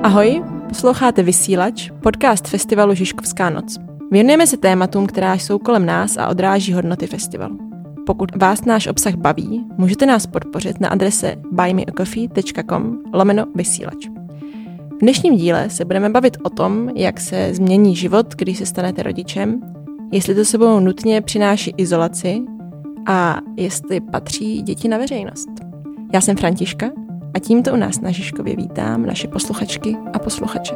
Ahoj, posloucháte Vysílač, podcast festivalu Žižkovská noc. Věnujeme se tématům, která jsou kolem nás a odráží hodnoty festivalu. Pokud vás náš obsah baví, můžete nás podpořit na adrese buymeacoffee.com/vysílač. V dnešním díle se budeme bavit o tom, jak se změní život, když se stanete rodičem, jestli to sebou nutně přináší izolaci a jestli patří děti na veřejnost. Já jsem Františka a tímto u nás na Žižkově vítám naše posluchačky a posluchače.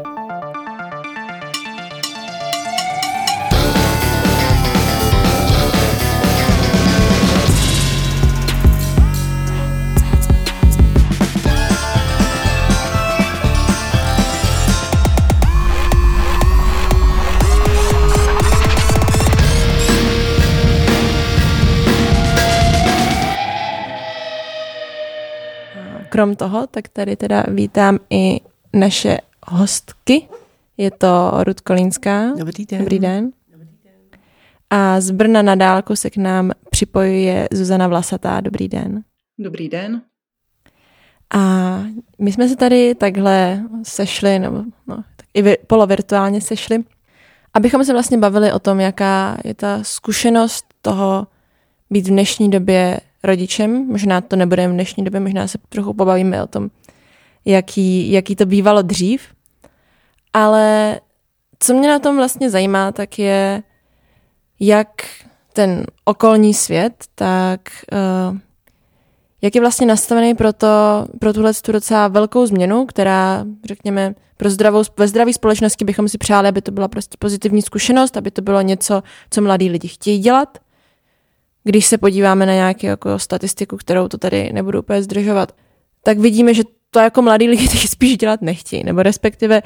Krom toho, tak tady teda vítám i naše hostky. Je to Ruth Kolínská. Dobrý den. Dobrý den. A z Brna na dálku se k nám připojuje Zuzana Vlasatá. Dobrý den. Dobrý den. A my jsme se tady takhle sešli, nebo tak i polovirtuálně sešli, abychom se vlastně bavili o tom, jaká je ta zkušenost toho být v dnešní době rodičem. Možná to nebude v dnešní době, možná se trochu pobavíme o tom, jaký to bývalo dřív. Ale co mě na tom vlastně zajímá, tak je, jak ten okolní svět, tak jak je vlastně nastavený pro tuhle docela velkou změnu, která, řekněme, ve zdravé společnosti bychom si přáli, aby to byla prostě pozitivní zkušenost, aby to bylo něco, co mladí lidi chtějí dělat. Když se podíváme na nějakou jako statistiku, kterou to tady nebudu úplně zdržovat, tak vidíme, že to jako mladí lidi spíš dělat nechtějí, nebo respektive,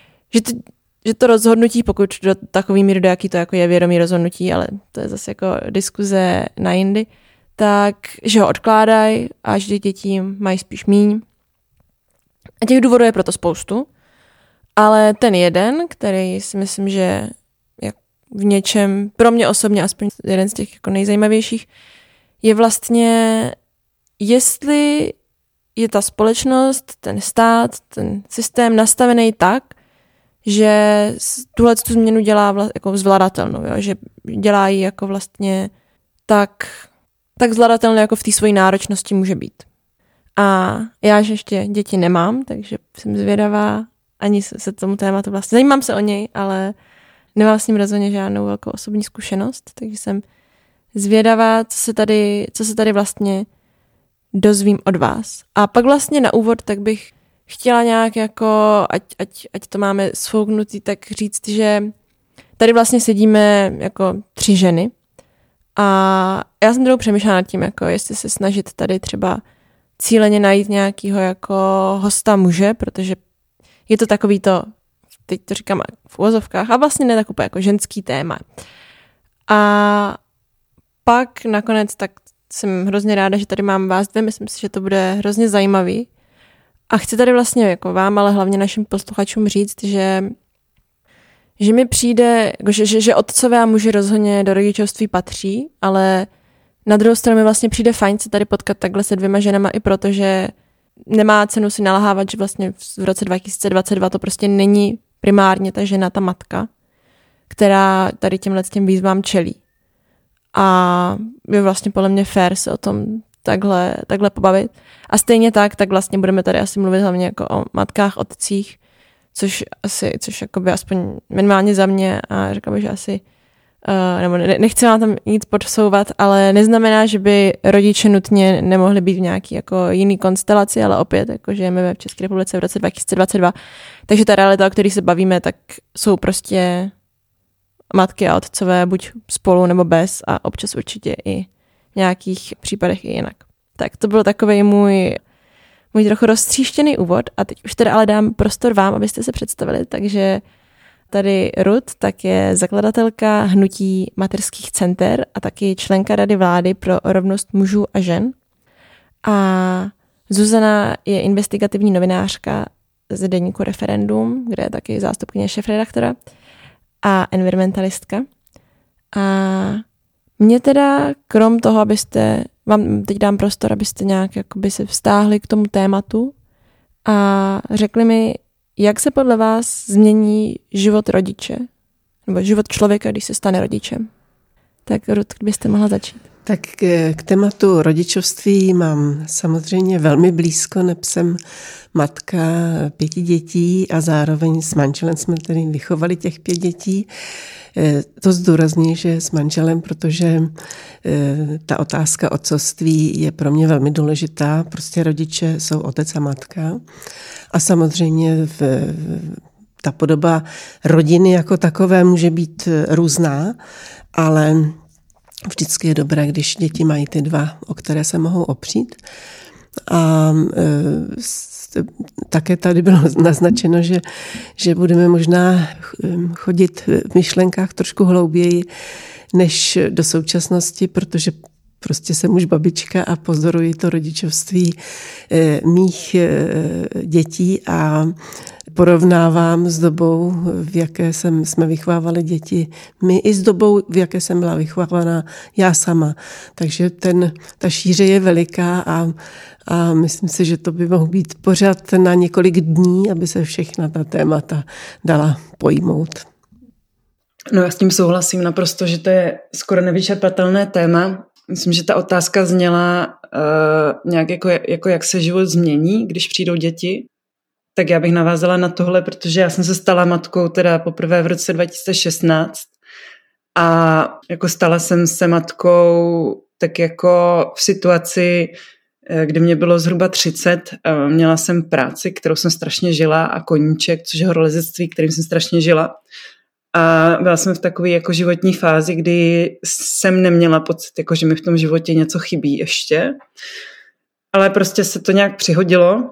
že to rozhodnutí, pokud do takový míry, do jaký to jako je vědomý rozhodnutí, ale to je zase jako diskuze na jindy, tak že ho odkládají a že děti mají spíš míň. A těch důvodů je proto spoustu, ale ten jeden, který si myslím, že v něčem, pro mě osobně aspoň jeden z těch jako nejzajímavějších, je vlastně, jestli je ta společnost, ten stát, ten systém nastavený tak, že tu změnu dělá jako zvladatelnou, jo? Že dělá ji jako vlastně tak zvladatelnou, jako v té své náročnosti může být. A já že ještě děti nemám, takže jsem zvědavá, ani se tomu tématu vlastně, zajímám se o něj, ale nemám s ním rozhodně žádnou velkou osobní zkušenost, takže jsem zvědavá, co se tady vlastně dozvím od vás. A pak vlastně na úvod tak bych chtěla nějak jako, ať to máme sfouknutý, tak říct, že tady vlastně sedíme jako 3 ženy a já jsem dlouho přemýšlela nad tím, jako jestli se snažit tady třeba cíleně najít nějakýho jako hosta muže, protože je to takový to, teď to říkám v uvozovkách, a vlastně ne tak úplně jako ženský téma. A pak nakonec tak jsem hrozně ráda, že tady mám vás dvě, myslím si, že to bude hrozně zajímavý. A chci tady vlastně jako vám, ale hlavně našim posluchačům říct, že mi přijde, že otcové a muži rozhodně do rodičovství patří, ale na druhou stranu mi vlastně přijde fajn se tady potkat takhle se 2 ženama i proto, že nemá cenu si nalahávat, že vlastně v roce 2022 to prostě není primárně ta žena, ta matka, která tady těm výzvám čelí. A je vlastně podle mě fér se o tom takhle pobavit. A stejně tak vlastně budeme tady asi mluvit hlavně jako o matkách, otcích, což jakoby aspoň minimálně za mě a řekla bych, že asi nebo nechci vám tam nic podsouvat, ale neznamená, že by rodiče nutně nemohli být v nějaký jako jiný konstelaci, ale opět, jako žijeme v České republice v roce 2022. Takže ta realita, o které se bavíme, tak jsou prostě matky a otcové buď spolu nebo bez a občas určitě i v nějakých případech i jinak. Tak to byl takovej můj trochu roztříštěný úvod a teď už teda ale dám prostor vám, abyste se představili, takže tady Ruth tak je zakladatelka hnutí mateřských center a taky členka Rady vlády pro rovnost mužů a žen. A Zuzana je investigativní novinářka z deníku Referendum, kde je taky zástupkyně šéfredaktora a environmentalistka. A mě teda, krom toho, vám teď dám prostor, abyste nějak jakoby se vztáhli k tomu tématu a řekli mi, Jak se podle vás změní život rodiče? Nebo život člověka, když se stane rodičem? Tak Ruth, kdybyste mohla začít. Tak k tématu rodičovství mám samozřejmě velmi blízko, neb jsem matka 5 dětí a zároveň s manželem jsme tedy vychovali těch 5 dětí. To zdůrazňuji, že s manželem, protože ta otázka otcovství je pro mě velmi důležitá. Prostě rodiče jsou otec a matka. A samozřejmě ta podoba rodiny jako takové může být různá, ale vždycky je dobré, když děti mají ty 2, o které se mohou opřít. A také tady bylo naznačeno, že budeme možná chodit v myšlenkách trošku hlouběji než do současnosti, protože prostě jsem už babička a pozoruji to rodičovství mých dětí a porovnávám s dobou, v jaké jsme vychovávali děti my, i s dobou, v jaké jsem byla vychovávána já sama. Takže ta šíře je veliká a myslím si, že to by mohl být pořád na několik dní, aby se všechna ta témata dala pojmout. No já s tím souhlasím naprosto, že to je skoro nevyčerpatelné téma. Myslím, že ta otázka zněla nějak jako jak se život změní, když přijdou děti. Tak já bych navázala na tohle, protože já jsem se stala matkou teda poprvé v roce 2016 a jako stala jsem se matkou tak jako v situaci, kdy mě bylo zhruba 30, měla jsem práci, kterou jsem strašně žila a koníček, což je horolezectví, kterým jsem strašně žila. A byla jsem v takové jako životní fázi, kdy jsem neměla pocit, jako, že mi v tom životě něco chybí ještě. Ale prostě se to nějak přihodilo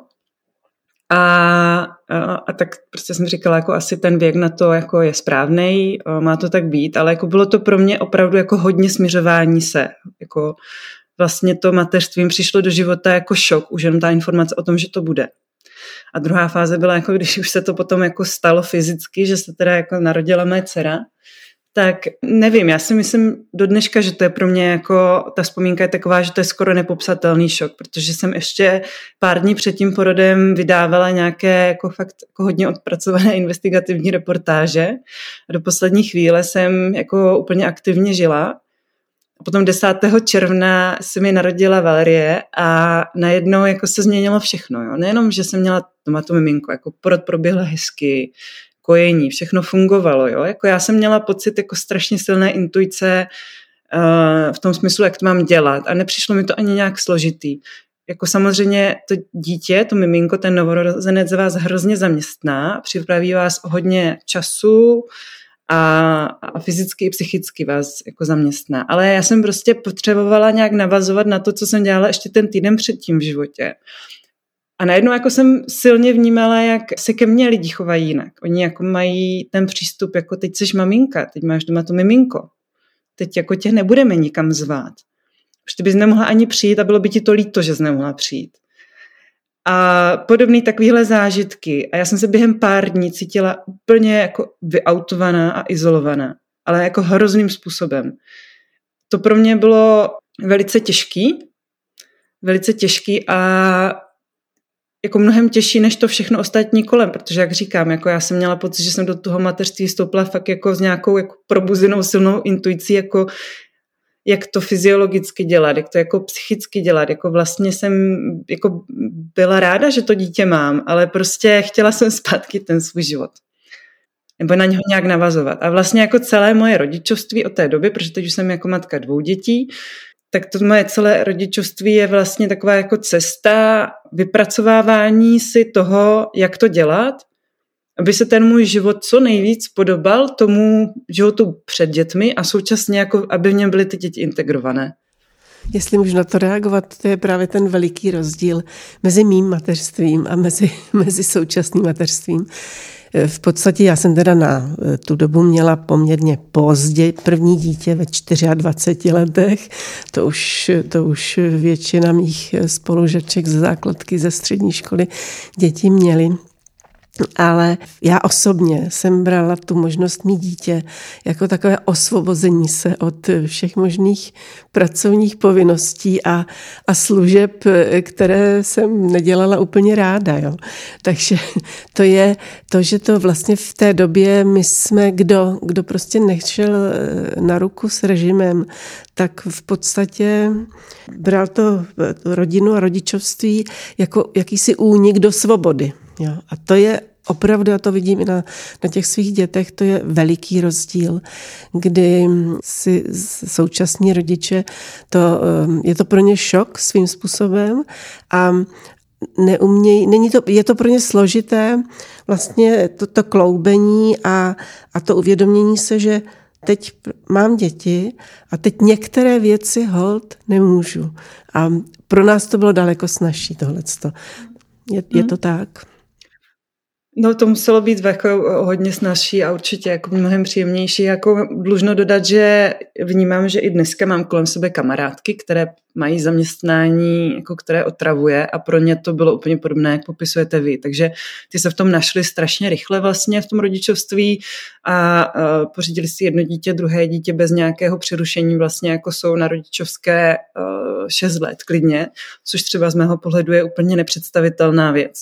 a tak prostě jsem říkala, jako asi ten věk na to jako je správnej, má to tak být, ale jako bylo to pro mě opravdu jako hodně směřování se. Jako vlastně to mateřstvím přišlo do života jako šok, už jenom ta informace o tom, že to bude. A druhá fáze byla, jako když už se to potom jako stalo fyzicky, že se teda jako narodila moje dcera, tak nevím, já si myslím do dneška, že to je pro mě jako, ta vzpomínka je taková, že to je skoro nepopsatelný šok, protože jsem ještě pár dní před tím porodem vydávala nějaké jako fakt jako hodně odpracované investigativní reportáže a do poslední chvíle jsem jako úplně aktivně žila. A potom 10. června se mi narodila Valerie a najednou jako se změnilo všechno. Jo? Nejenom, že jsem měla doma to miminko, jako porod proběhl hezky, kojení, všechno fungovalo. Jo? Jako já jsem měla pocit jako strašně silné intuice v tom smyslu, jak to mám dělat a nepřišlo mi to ani nějak složitý. Jako samozřejmě to dítě, to miminko, ten novorozenec vás hrozně zaměstná, připraví vás o hodně času, a fyzicky i psychicky vás jako zaměstná. Ale já jsem prostě potřebovala nějak navazovat na to, co jsem dělala ještě ten týden předtím v životě. A najednou jako jsem silně vnímala, jak se ke mně lidi chovají jinak. Oni jako mají ten přístup, jako teď seš maminka, teď máš doma to miminko. Teď jako tě nebudeme nikam zvát. Už ty bys nemohla ani přijít a bylo by ti to líto, že jsi nemohla přijít. A podobný takovýhle zážitky. A já jsem se během pár dní cítila úplně jako vyautovaná a izolovaná. Ale jako hrozným způsobem. To pro mě bylo velice těžký a jako mnohem těžší než to všechno ostatní kolem, protože jak říkám, jako já jsem měla pocit, že jsem do toho mateřství vstoupila fakt jako s nějakou jako probuzenou silnou intuicí, jako jak to fyziologicky dělat, jak to jako psychicky dělat, jako vlastně jsem jako byla ráda, že to dítě mám, ale prostě chtěla jsem zpátky ten svůj život. Nebo na něho nějak navazovat. A vlastně jako celé moje rodičovství od té doby, protože teď už jsem jako matka 2 dětí, tak to moje celé rodičovství je vlastně taková jako cesta vypracovávání si toho, jak to dělat, aby se ten můj život co nejvíc podobal tomu životu před dětmi a současně jako, aby v něm byly ty děti integrované. Jestli můžu na to reagovat, to je právě ten veliký rozdíl mezi mým mateřstvím a mezi současným mateřstvím. V podstatě já jsem teda na tu dobu měla poměrně pozdě první dítě ve 24 letech. To už většina mých spolužaček ze základky, ze střední školy děti měly. Ale já osobně jsem brala tu možnost mít dítě jako takové osvobození se od všech možných pracovních povinností a služeb, které jsem nedělala úplně ráda. Jo. Takže to je to, že to vlastně v té době my jsme, kdo prostě nešel na ruku s režimem, tak v podstatě bral to rodinu a rodičovství jako jakýsi únik do svobody. Jo. A to je opravdu, já to vidím i na těch svých dětech, to je veliký rozdíl, kdy si současní rodiče, je to pro ně šok svým způsobem a neumějí, je to pro ně složité vlastně to kloubení a to uvědomění se, že teď mám děti a teď některé věci holt nemůžu. A pro nás to bylo daleko snazší tohleto. Je to tak? No to muselo být jako hodně snazší a určitě jako mnohem příjemnější. Jako dlužno dodat, že vnímám, že i dneska mám kolem sebe kamarádky, které mají zaměstnání, jako které otravuje a pro ně to bylo úplně podobné, jak popisujete vy. Takže ty se v tom našli strašně rychle vlastně v tom rodičovství a pořídili si jedno dítě, druhé dítě bez nějakého přerušení vlastně jako jsou na rodičovské 6 let klidně, což třeba z mého pohledu je úplně nepředstavitelná věc.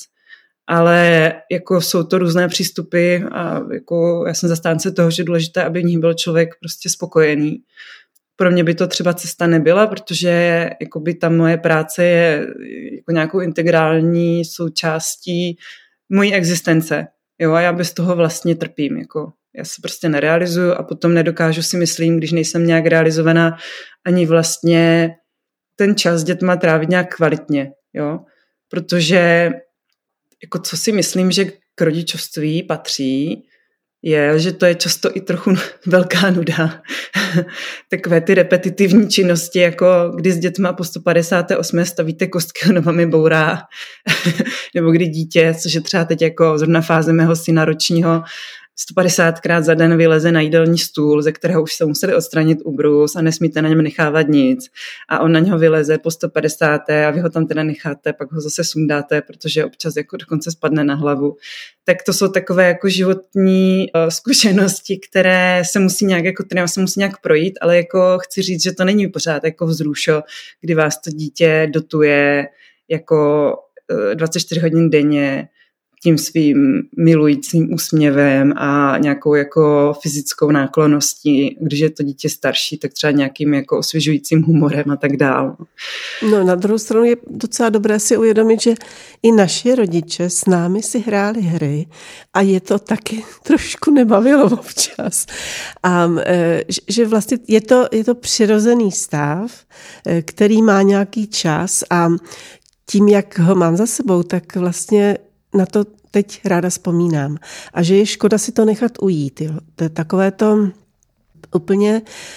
Ale jako jsou to různé přístupy a jako já jsem zastánce toho, že je důležité, aby v nich byl člověk prostě spokojený. Pro mě by to třeba cesta nebyla, protože jakoby ta moje práce je jako nějakou integrální součástí mojí existence. Jo, a já bez toho vlastně trpím. Jako já se prostě nerealizuju a potom nedokážu si myslím, když nejsem nějak realizovaná, ani vlastně ten čas s dětma trávit nějak kvalitně. Jo? Protože jako co si myslím, že k rodičovství patří, je, že to je často i trochu velká nuda. Takové ty repetitivní činnosti, jako kdy s dětma po 158. stavíte kostky a novami bourá, nebo kdy dítě, což je třeba teď jako zrovna fáze mého syna ročního, 150krát za den vyleze na jídelní stůl, ze kterého už se museli odstranit ubrus a nesmíte na něm nechávat nic. A on na něho vyleze po 150. a vy ho tam teda necháte, pak ho zase sundáte, protože občas jako dokonce spadne na hlavu. Tak to jsou takové jako životní zkušenosti, které se musí nějak projít, ale jako chci říct, že to není pořád jako vzrušo, kdy vás to dítě dotuje jako 24 hodin denně, tím svým milujícím úsměvem a nějakou jako fyzickou náklonností, když je to dítě starší, tak třeba nějakým jako osvěžujícím humorem a tak dál. No na druhou stranu je docela dobré si uvědomit, že i naši rodiče s námi si hráli hry a je to taky trošku nebavilo občas. A že vlastně je to přirozený stav, který má nějaký čas a tím, jak ho mám za sebou, tak vlastně na to teď ráda vzpomínám. A že je škoda si to nechat ujít. Jo. To je takové to úplně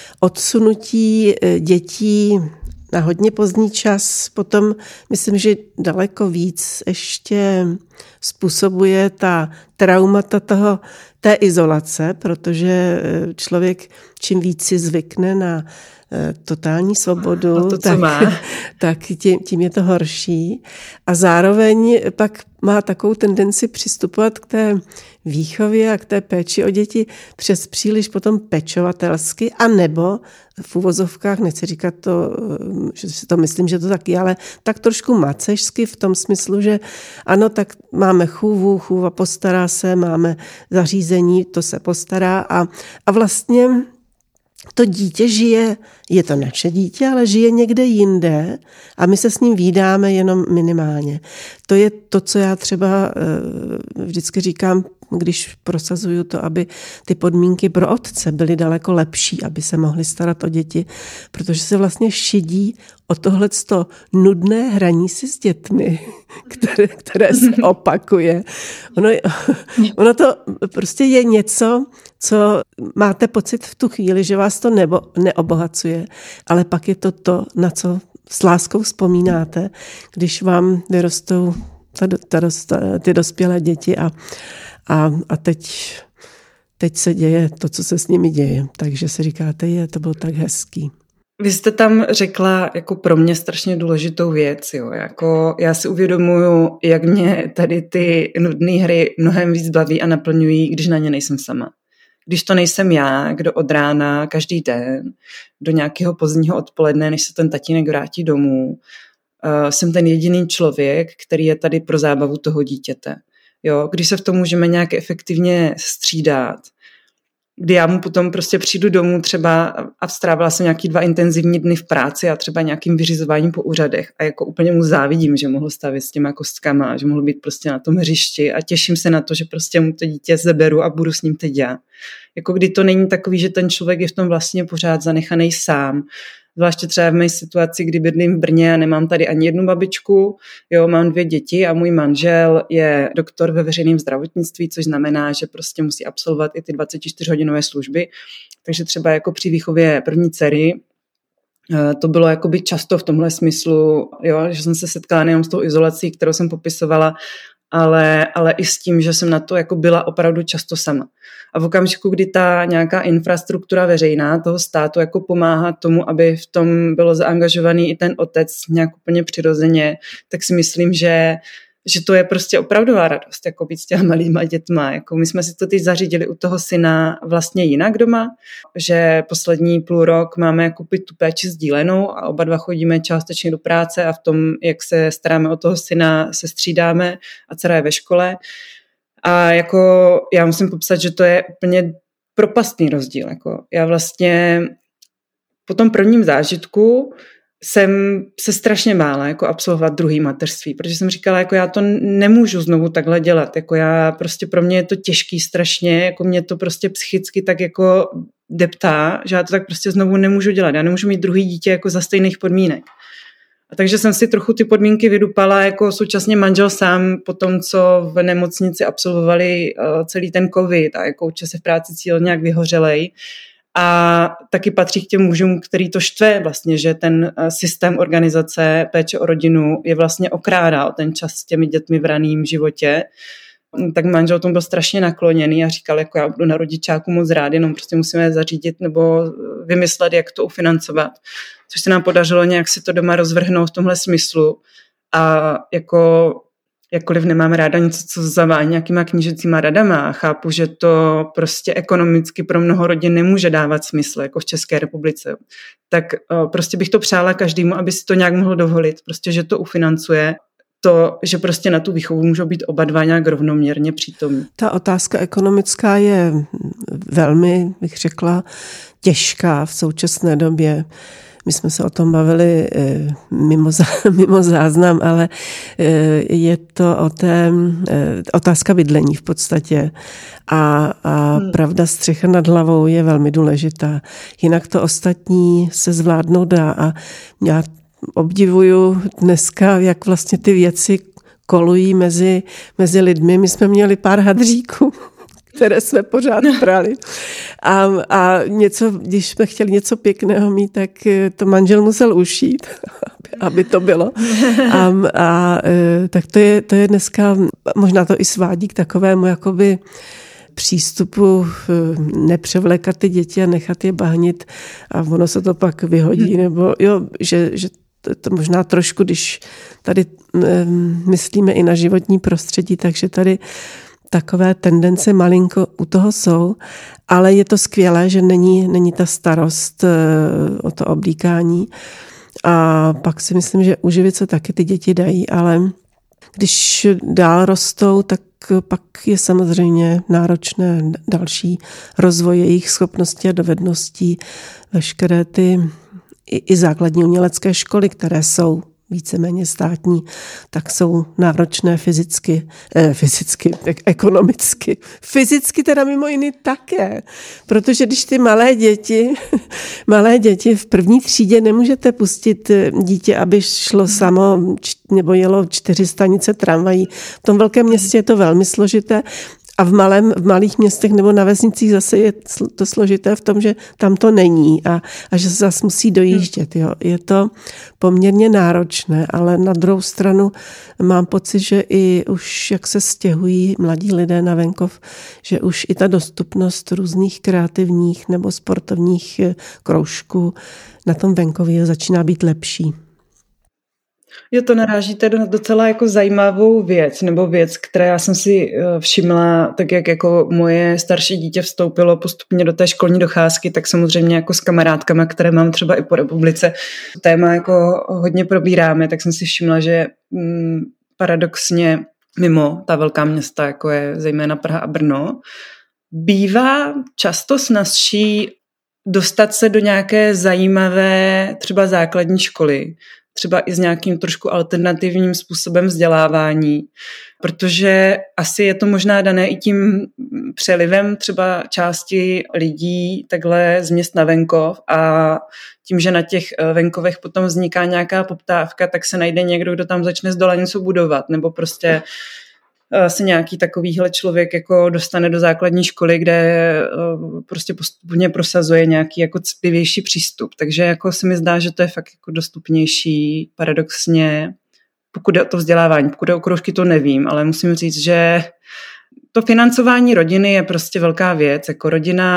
odsunutí dětí na hodně pozdní čas. Potom myslím, že daleko víc ještě způsobuje ta traumata té izolace, protože člověk čím víc si zvykne na totální svobodu, tak tím je to horší. A zároveň pak má takovou tendenci přistupovat k té výchově a k té péči o děti přes příliš potom pečovatelsky, anebo v uvozovkách, nechci říkat to, že si to myslím, že to taky, ale tak trošku macešsky v tom smyslu, že ano, tak máme chůva postará se, máme zařízení, to se postará a vlastně to dítě žije, je to naše dítě, ale žije někde jinde a my se s ním vídáme jenom minimálně. To je to, co já třeba vždycky říkám, když prosazuju to, aby ty podmínky pro otce byly daleko lepší, aby se mohli starat o děti, protože se vlastně šidí o tohleto nudné hraní si s dětmi, které se opakuje. Ono to prostě je něco, co máte pocit v tu chvíli, že vás to neobohacuje, ale pak je to, na co s láskou vzpomínáte, když vám vyrostou ty dospělé děti a teď se děje to, co se s nimi děje. Takže si říkáte, to bylo tak hezký. Vy jste tam řekla jako pro mě strašně důležitou věc. Jo. Jako já si uvědomuju, jak mě tady ty nudné hry mnohem víc baví a naplňují, když na ně nejsem sama. Když to nejsem já, kdo od rána každý den do nějakého pozdního odpoledne, než se ten tatínek vrátí domů, jsem ten jediný člověk, který je tady pro zábavu toho dítěte. Jo, když se v tom můžeme nějak efektivně střídat, kdy já mu potom prostě přijdu domů třeba a strávila jsem nějaký 2 intenzivní dny v práci a třeba nějakým vyřizováním po úřadech a jako úplně mu závidím, že mohl stavět s těma kostkama, že mohl být prostě na tom hřišti a těším se na to, že prostě mu to dítě zeberu a budu s ním teď já. Jako kdy to není takový, že ten člověk je v tom vlastně pořád zanechaný sám. Zvláště třeba v mé situaci, kdy bydlím v Brně a nemám tady ani jednu babičku, jo, mám 2 děti a můj manžel je doktor ve veřejném zdravotnictví, což znamená, že prostě musí absolvovat i ty 24hodinové služby. Takže třeba jako při výchově první dcery to bylo jakoby často v tomhle smyslu, jo, že jsem se setkala nejenom s tou izolací, kterou jsem popisovala, ale i s tím, že jsem na to jako byla opravdu často sama. A v okamžiku, kdy ta nějaká infrastruktura veřejná toho státu jako pomáhá tomu, aby v tom bylo zaangažovaný i ten otec nějak úplně přirozeně, tak si myslím, že to je prostě opravdová radost, jako být s těma malýma dětma. Jako my jsme si to teď zařídili u toho syna vlastně jinak doma, že poslední půl rok máme jako tu péči sdílenou a oba dva chodíme částečně do práce a v tom, jak se staráme o toho syna, se střídáme a dcera je ve škole. A jako já musím popsat, že to je úplně propastný rozdíl. Jako já vlastně po tom prvním zážitku jsem se strašně bála jako absolvovat druhý mateřství, protože jsem říkala, jako já to nemůžu znovu takhle dělat, jako já prostě pro mě je to těžký strašně, jako mě to prostě psychicky tak jako deptá, že já to tak prostě znovu nemůžu dělat, já nemůžu mít druhý dítě jako za stejných podmínek. A takže jsem si trochu ty podmínky vydupala, jako současně manžel sám po tom, co v nemocnici absolvovali celý ten covid a jako určitě se v práci cítil nějak vyhořelej. A taky patří k těm mužům, který to štve vlastně, že ten systém organizace péče o rodinu je vlastně okrádá o ten čas s těmi dětmi v raném životě. Tak manžel tomu byl strašně nakloněný a říkal, jako já budu na rodičáku moc rád, jenom prostě musíme zařídit nebo vymyslet, jak to ufinancovat. Což se nám podařilo nějak si to doma rozvrhnout v tomhle smyslu. A jako jakkoliv nemám ráda něco, co zavání nějakýma knížecíma radama a chápu, že to prostě ekonomicky pro mnoho rodin nemůže dávat smysl, jako v České republice, tak prostě bych to přála každému, aby si to nějak mohl dovolit, prostě, že to ufinancuje, to, že prostě na tu výchovu můžou být oba dva nějak rovnoměrně přítomní. Ta otázka ekonomická je velmi, bych řekla, těžká v současné době. My jsme se o tom bavili mimo záznam, ale je to o té otázka bydlení v podstatě. A pravda, střecha nad hlavou je velmi důležitá. Jinak to ostatní se zvládnout dá. A já obdivuju dneska, jak vlastně ty věci kolují mezi lidmi. My jsme měli pár hadříků, které jsme pořád prali. A něco, když jsme chtěli něco pěkného mít, tak to manžel musel ušít, aby to bylo. Tak to je dneska, možná to i svádí k takovému jakoby přístupu nepřevlékat ty děti a nechat je bahnit a ono se to pak vyhodí, nebo jo, že to možná trošku, když tady myslíme i na životní prostředí, takže tady takové tendence malinko u toho jsou, ale je to skvělé, že není ta starost o to oblíkání. A pak si myslím, že uživit se taky ty děti dají, ale když dál rostou, tak pak je samozřejmě náročné další rozvoj jejich schopností a dovedností, veškeré ty i základní umělecké školy, které jsou víceméně státní, tak jsou náročné fyzicky, ekonomicky. Fyzicky teda mimo jiný také, protože když ty malé děti v první třídě nemůžete pustit dítě, aby šlo samo nebo jelo 4 stanice tramvají. V tom velkém městě je to velmi složité A v malých městech nebo na vesnicích zase je to složité v tom, že tam to není a že se zase musí dojíždět. Jo. Je to poměrně náročné, ale na druhou stranu mám pocit, že i už jak se stěhují mladí lidé na venkov, že už i ta dostupnost různých kreativních nebo sportovních kroužků na tom venkově začíná být lepší. Jo, to narážíte na docela jako zajímavou věc, nebo věc, které já jsem si všimla, tak jak jako moje starší dítě vstoupilo postupně do té školní docházky, tak samozřejmě jako s kamarádkama, které mám třeba i po republice, téma jako hodně probíráme, tak jsem si všimla, že paradoxně mimo ta velká města, jako je zejména Praha a Brno, bývá často snazší dostat se do nějaké zajímavé třeba základní školy, třeba i s nějakým trošku alternativním způsobem vzdělávání, protože asi je to možná dané i tím přelivem třeba části lidí takhle z měst na venkov a tím, že na těch venkovech potom vzniká nějaká poptávka, tak se najde někdo, kdo tam začne zdola něco budovat, nebo prostě se nějaký takovýhle člověk jako dostane do základní školy, kde prostě postupně prosazuje nějaký jako citlivější přístup. Takže jako se mi zdá, že to je fakt jako dostupnější paradoxně, pokud jde o to vzdělávání. Pokud jde o kroužky, to nevím, ale musím říct, že to financování rodiny je prostě velká věc. Jako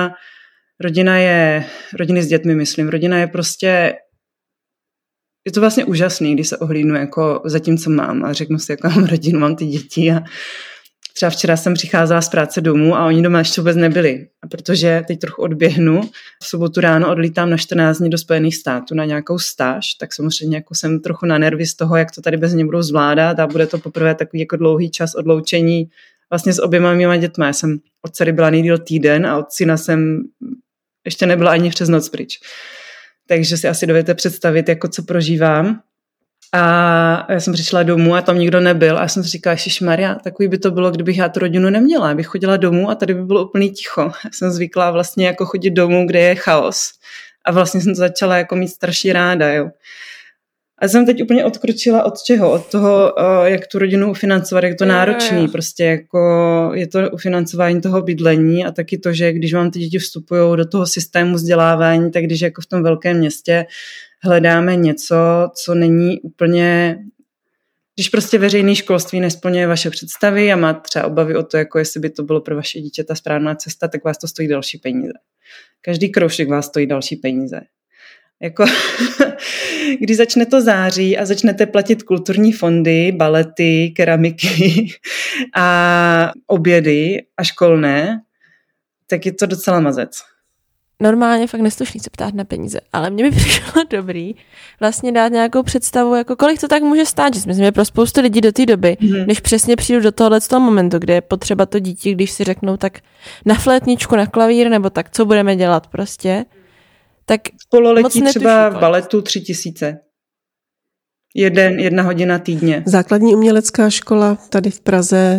rodiny s dětmi, myslím. Rodina je prostě, je to vlastně úžasný, když se ohlídnu jako za tím, co mám a řeknu si, jako mám rodinu, mám ty děti a třeba včera jsem přicházela z práce domů a oni doma ještě vůbec nebyli. A protože teď trochu odběhnu, v sobotu ráno odlítám na 14 dní do Spojených států na nějakou stáž, tak samozřejmě jako jsem trochu na nervy z toho, jak to tady bez mě budou zvládat a bude to poprvé takový jako dlouhý čas odloučení vlastně s oběma mýma dětma. Já jsem od dcery byla nejdýl týden a od syna jsem ještě nebyla ani přes noc pryč. Takže si asi dovedete představit, jako co prožívám. A já jsem přišla domů a tam nikdo nebyl a já jsem si říkala, ježišmarja, takový by to bylo, kdybych já tu rodinu neměla. Já bych chodila domů a tady by bylo úplný ticho. Já jsem zvyklá vlastně jako chodit domů, kde je chaos. A vlastně jsem to začala jako mít strašně ráda, jo. A jsem teď úplně odkročila od čeho? Od toho, jak tu rodinu ufinancovat, jak to náročný. Prostě jako je to ufinancování toho bydlení a taky to, že když vám ty děti vstupují do toho systému vzdělávání, tak když jako v tom velkém městě hledáme něco, co není úplně... Když prostě veřejné školství nesplňuje vaše představy a má třeba obavy o to, jako jestli by to bylo pro vaše dítě ta správná cesta, tak vás to stojí další peníze. Každý kroužek vás stojí další peníze. Jako, když začne to září a začnete platit kulturní fondy, balety, keramiky a obědy a školné, tak je to docela mazec. Normálně fakt neslušný se ptát na peníze, ale mně by přišlo dobrý vlastně dát nějakou představu, jako kolik to tak může stát, že myslím, že pro spoustu lidí do té doby, než přesně přijdu do toho momentu, kde je potřeba to dítě, když si řeknou tak na flétničku, na klavír, nebo tak co budeme dělat prostě, tak v pololetí třeba v baletu 3000. Jedna hodina týdně. Základní umělecká škola tady v Praze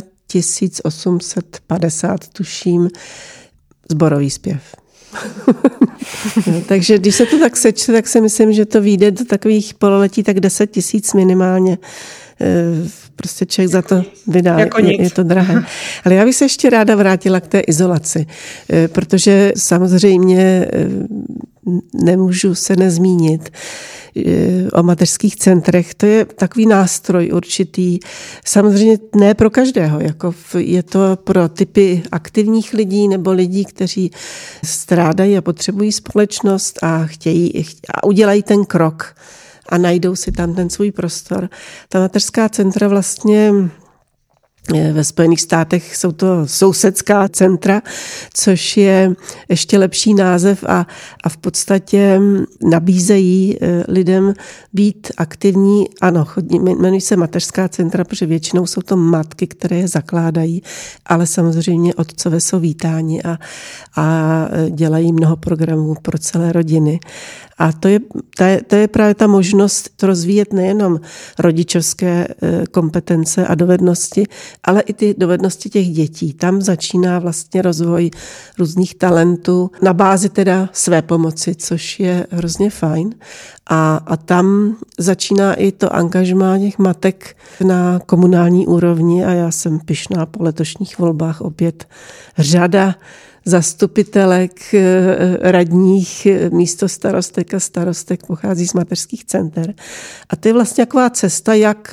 1850, tuším, sborový zpěv. No, takže když se to tak sečte, tak si myslím, že to vyjde do takových pololetí tak 10 000 minimálně. Prostě člověk za to vydá, jako je to drahé. Ale já bych se ještě ráda vrátila k té izolaci, protože samozřejmě nemůžu se nezmínit o mateřských centrech. To je takový nástroj určitý. Samozřejmě ne pro každého. Jako je to pro typy aktivních lidí nebo lidí, kteří strádají a potřebují společnost a chtějí a udělají ten krok a najdou si tam ten svůj prostor. Ta mateřská centra vlastně ve Spojených státech jsou to sousedská centra, což je ještě lepší název a v podstatě nabízejí lidem být aktivní. Ano, jmenují se mateřská centra, protože většinou jsou to matky, které je zakládají, ale samozřejmě otcové jsou vítáni a dělají mnoho programů pro celé rodiny. A to je právě ta možnost rozvíjet nejenom rodičovské kompetence a dovednosti, ale i ty dovednosti těch dětí. Tam začíná vlastně rozvoj různých talentů na bázi teda své pomoci, což je hrozně fajn. A tam začíná i to angažmá těch matek na komunální úrovni a já jsem pyšná po letošních volbách opět řada zastupitelek, radních, místostarostek a starostek pochází z mateřských center. A to je vlastně taková cesta, jak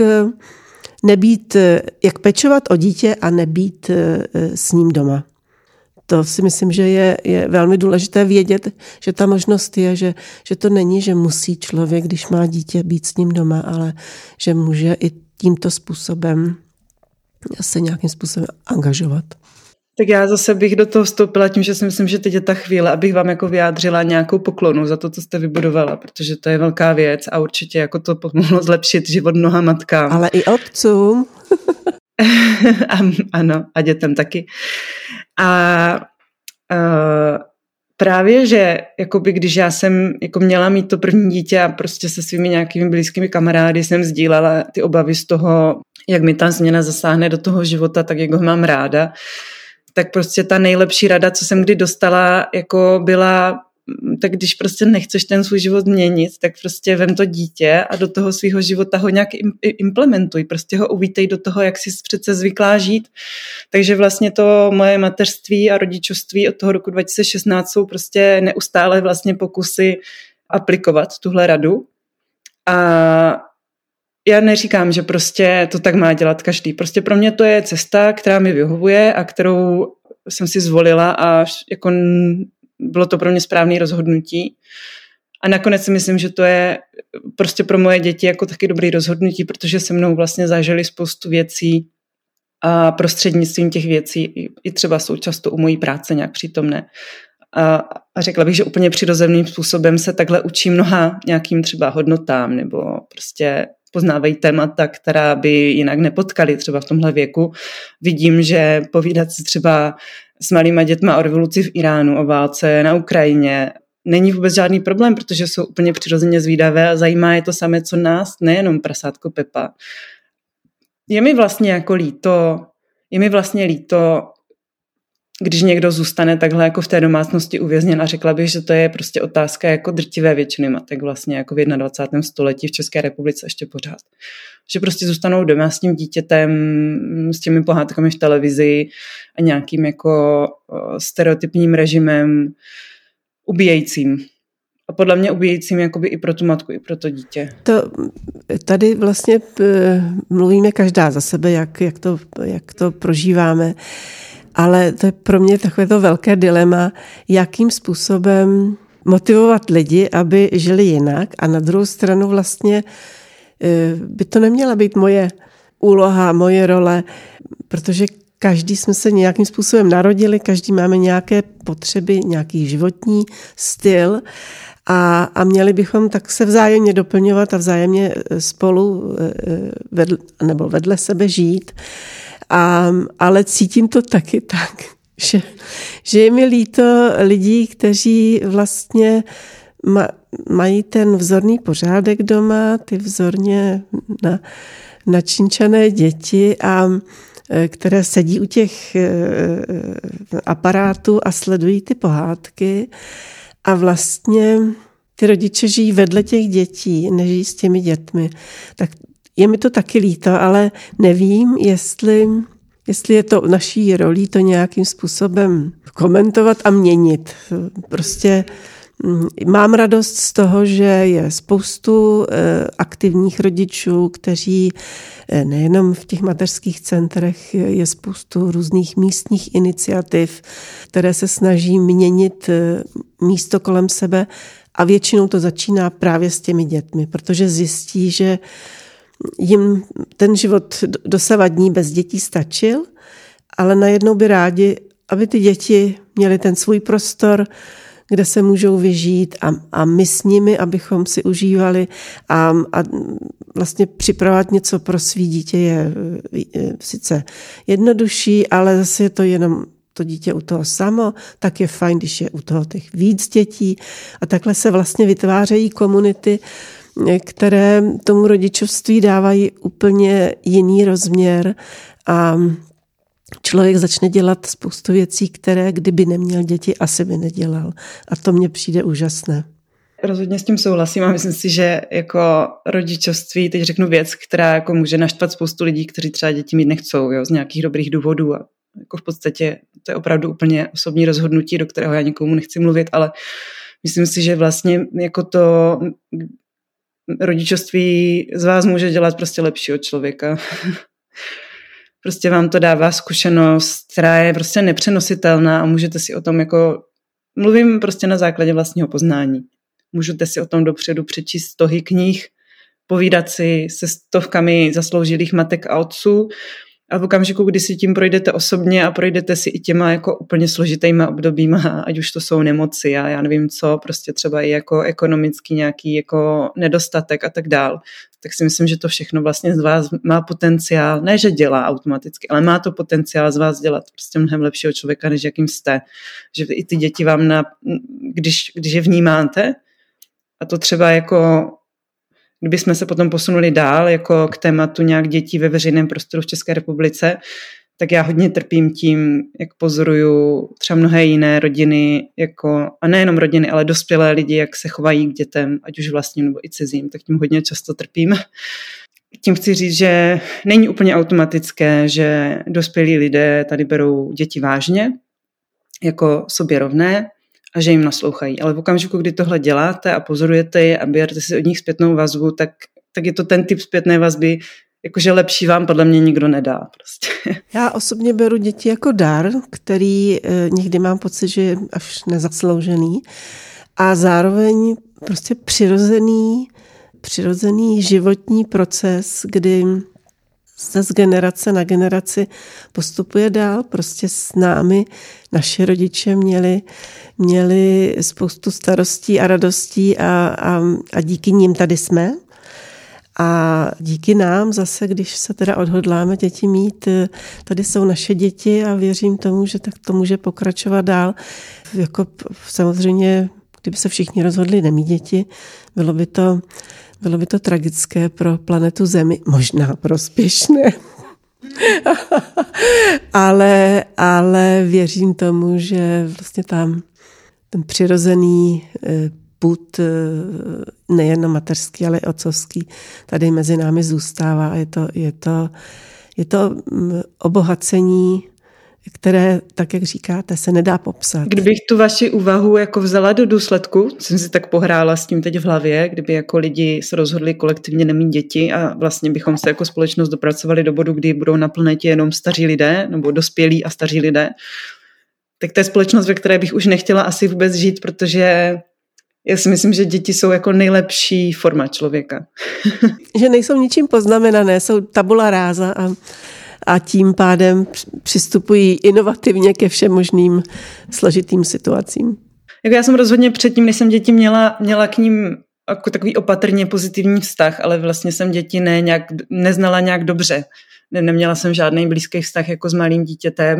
pečovat o dítě a nebýt s ním doma. To si myslím, že je velmi důležité vědět, že ta možnost je, že to není, že musí člověk, když má dítě, být s ním doma, ale že může i tímto způsobem se nějakým způsobem angažovat. Tak já zase bych do toho vstoupila tím, že si myslím, že teď je ta chvíle, abych vám jako vyjádřila nějakou poklonu za to, co jste vybudovala, protože to je velká věc a určitě jako to pomohlo zlepšit život mnoha matkám. Ale i otcům. Ano, a dětem taky. A právě, že jakoby, když já jsem jako měla mít to první dítě a prostě se svými nějakými blízkými kamarády jsem sdílela ty obavy z toho, jak mi ta změna zasáhne do toho života, tak jak ho mám ráda, tak prostě ta nejlepší rada, co jsem kdy dostala, jako byla, tak když prostě nechceš ten svůj život měnit, tak prostě vem to dítě a do toho svého života ho nějak implementuj, prostě ho uvítej do toho, jak jsi přece zvyklá žít. Takže vlastně to moje mateřství a rodičovství od toho roku 2016 jsou prostě neustále vlastně pokusy aplikovat tuhle radu. A já neříkám, že prostě to tak má dělat každý. Prostě pro mě to je cesta, která mi vyhovuje a kterou jsem si zvolila a jako bylo to pro mě správné rozhodnutí. A nakonec si myslím, že to je prostě pro moje děti jako taky dobrý rozhodnutí, protože se mnou vlastně zažili spoustu věcí a prostřednictvím těch věcí i třeba jsou často u mojí práce nějak přítomné. A řekla bych, že úplně přirozeným způsobem se takhle učí mnoha nějakým třeba hodnotám nebo prostě poznávají témata, která by jinak nepotkali třeba v tomhle věku. Vidím, že povídat si třeba s malýma dětma o revoluci v Iránu, o válce na Ukrajině není vůbec žádný problém, protože jsou úplně přirozeně zvídavé a zajímá je to samé, co nás, nejenom prasátko Pepa. Je mi vlastně líto, když někdo zůstane takhle jako v té domácnosti uvězněn a řekla bych, že to je prostě otázka jako drtivé většiny matek vlastně jako v 21. století v České republice ještě pořád. Že prostě zůstanou doma s tím dítětem, s těmi pohádkami v televizi a nějakým jako stereotypním režimem ubíjejícím. A podle mě ubíjejícím jakoby i pro tu matku, i pro to dítě. Tady vlastně mluvíme každá za sebe, jak to prožíváme. Ale to je pro mě takové to velké dilema, jakým způsobem motivovat lidi, aby žili jinak. A na druhou stranu vlastně by to neměla být moje úloha, moje role, protože každý jsme se nějakým způsobem narodili, každý máme nějaké potřeby, nějaký životní styl a měli bychom tak se vzájemně doplňovat a vzájemně spolu vedle sebe žít. Ale cítím to taky tak, že je mi líto lidí, kteří vlastně mají ten vzorný pořádek doma, ty vzorně načinčané děti, a které sedí u těch aparátů a sledují ty pohádky a vlastně ty rodiče žijí vedle těch dětí, nežijí s těmi dětmi. Tak je mi to taky líto, ale nevím, jestli je to naší rolí to nějakým způsobem komentovat a měnit. Prostě mám radost z toho, že je spoustu aktivních rodičů, kteří nejenom v těch mateřských centrech, je spoustu různých místních iniciativ, které se snaží měnit místo kolem sebe a většinou to začíná právě s těmi dětmi, protože zjistí, že jim ten život dosavadní bez dětí stačil, ale najednou by rádi, aby ty děti měly ten svůj prostor, kde se můžou vyžít a my s nimi, abychom si užívali a vlastně připravovat něco pro svý dítě je sice jednodušší, ale zase je to jenom to dítě u toho samo, tak je fajn, když je u toho těch víc dětí a takhle se vlastně vytvářejí komunity, které tomu rodičovství dávají úplně jiný rozměr a člověk začne dělat spoustu věcí, které kdyby neměl děti, asi by nedělal. A to mně přijde úžasné. Rozhodně s tím souhlasím a myslím si, že jako rodičovství, teď řeknu věc, která jako může naštvat spoustu lidí, kteří třeba děti mít nechcou, jo, z nějakých dobrých důvodů a jako v podstatě to je opravdu úplně osobní rozhodnutí, do kterého já nikomu nechci mluvit, ale myslím si, že vlastně jako to rodičovství z vás může dělat prostě lepšího člověka. Prostě vám to dává zkušenost, která je prostě nepřenositelná a můžete si o tom jako, mluvím prostě na základě vlastního poznání. Můžete si o tom dopředu přečíst stohy knih, povídat si se stovkami zasloužilých matek a otců a v okamžiku, kdy si tím projdete osobně a projdete si i těma jako úplně složitýma obdobíma, ať už to jsou nemoci a já nevím co, prostě třeba i jako ekonomický nějaký jako nedostatek a tak dál, tak si myslím, že to všechno vlastně z vás má potenciál, ne že dělá automaticky, ale má to potenciál z vás dělat prostě mnohem lepšího člověka, než jakým jste. Že i ty děti vám, když je vnímáte, a to třeba jako kdybychom se potom posunuli dál jako k tématu nějak dětí ve veřejném prostoru v České republice, tak já hodně trpím tím, jak pozoruju třeba mnohé jiné rodiny, jako, a nejenom rodiny, ale dospělé lidi, jak se chovají k dětem, ať už vlastním nebo i cizím, tak tím hodně často trpím. Tím chci říct, že není úplně automatické, že dospělí lidé tady berou děti vážně, jako sobě rovné, a že jim naslouchají. Ale v okamžiku, kdy tohle děláte a pozorujete je a berete si od nich zpětnou vazbu, tak je to ten typ zpětné vazby, jakože lepší vám podle mě nikdo nedá. Prostě. Já osobně beru děti jako dar, který někdy mám pocit, že je až nezasloužený a zároveň prostě přirozený životní proces, kdy se z generace na generaci postupuje dál. Prostě s námi naši rodiče měli spoustu starostí a radostí a díky ním tady jsme. A díky nám zase, když se teda odhodláme děti mít, tady jsou naše děti a věřím tomu, že tak to může pokračovat dál. Jako samozřejmě, kdyby se všichni rozhodli nemít děti, bylo by to tragické pro planetu Zemi, možná prospěšné. ale věřím tomu, že vlastně tam ten přirozený pud, nejen mateřský, ale i otcovský, tady mezi námi zůstává. Je to obohacení, které, tak jak říkáte, se nedá popsat. Kdybych tu vaši úvahu jako vzala do důsledku, jsem si tak pohrála s tím teď v hlavě, kdyby jako lidi se rozhodli kolektivně nemít děti a vlastně bychom se jako společnost dopracovali do bodu, kdy budou na planetě jenom staří lidé, nebo dospělí a staří lidé, tak to je společnost, ve které bych už nechtěla asi vůbec žít, protože já si myslím, že děti jsou jako nejlepší forma člověka. Že nejsou ničím poznamenané, jsou tabula ráza a tím pádem přistupují inovativně ke všem možným složitým situacím. Jako já jsem rozhodně předtím, než jsem děti měla k ním jako takový opatrně pozitivní vztah, ale vlastně jsem děti neznala nějak dobře. Neměla jsem žádný blízký vztah jako s malým dítětem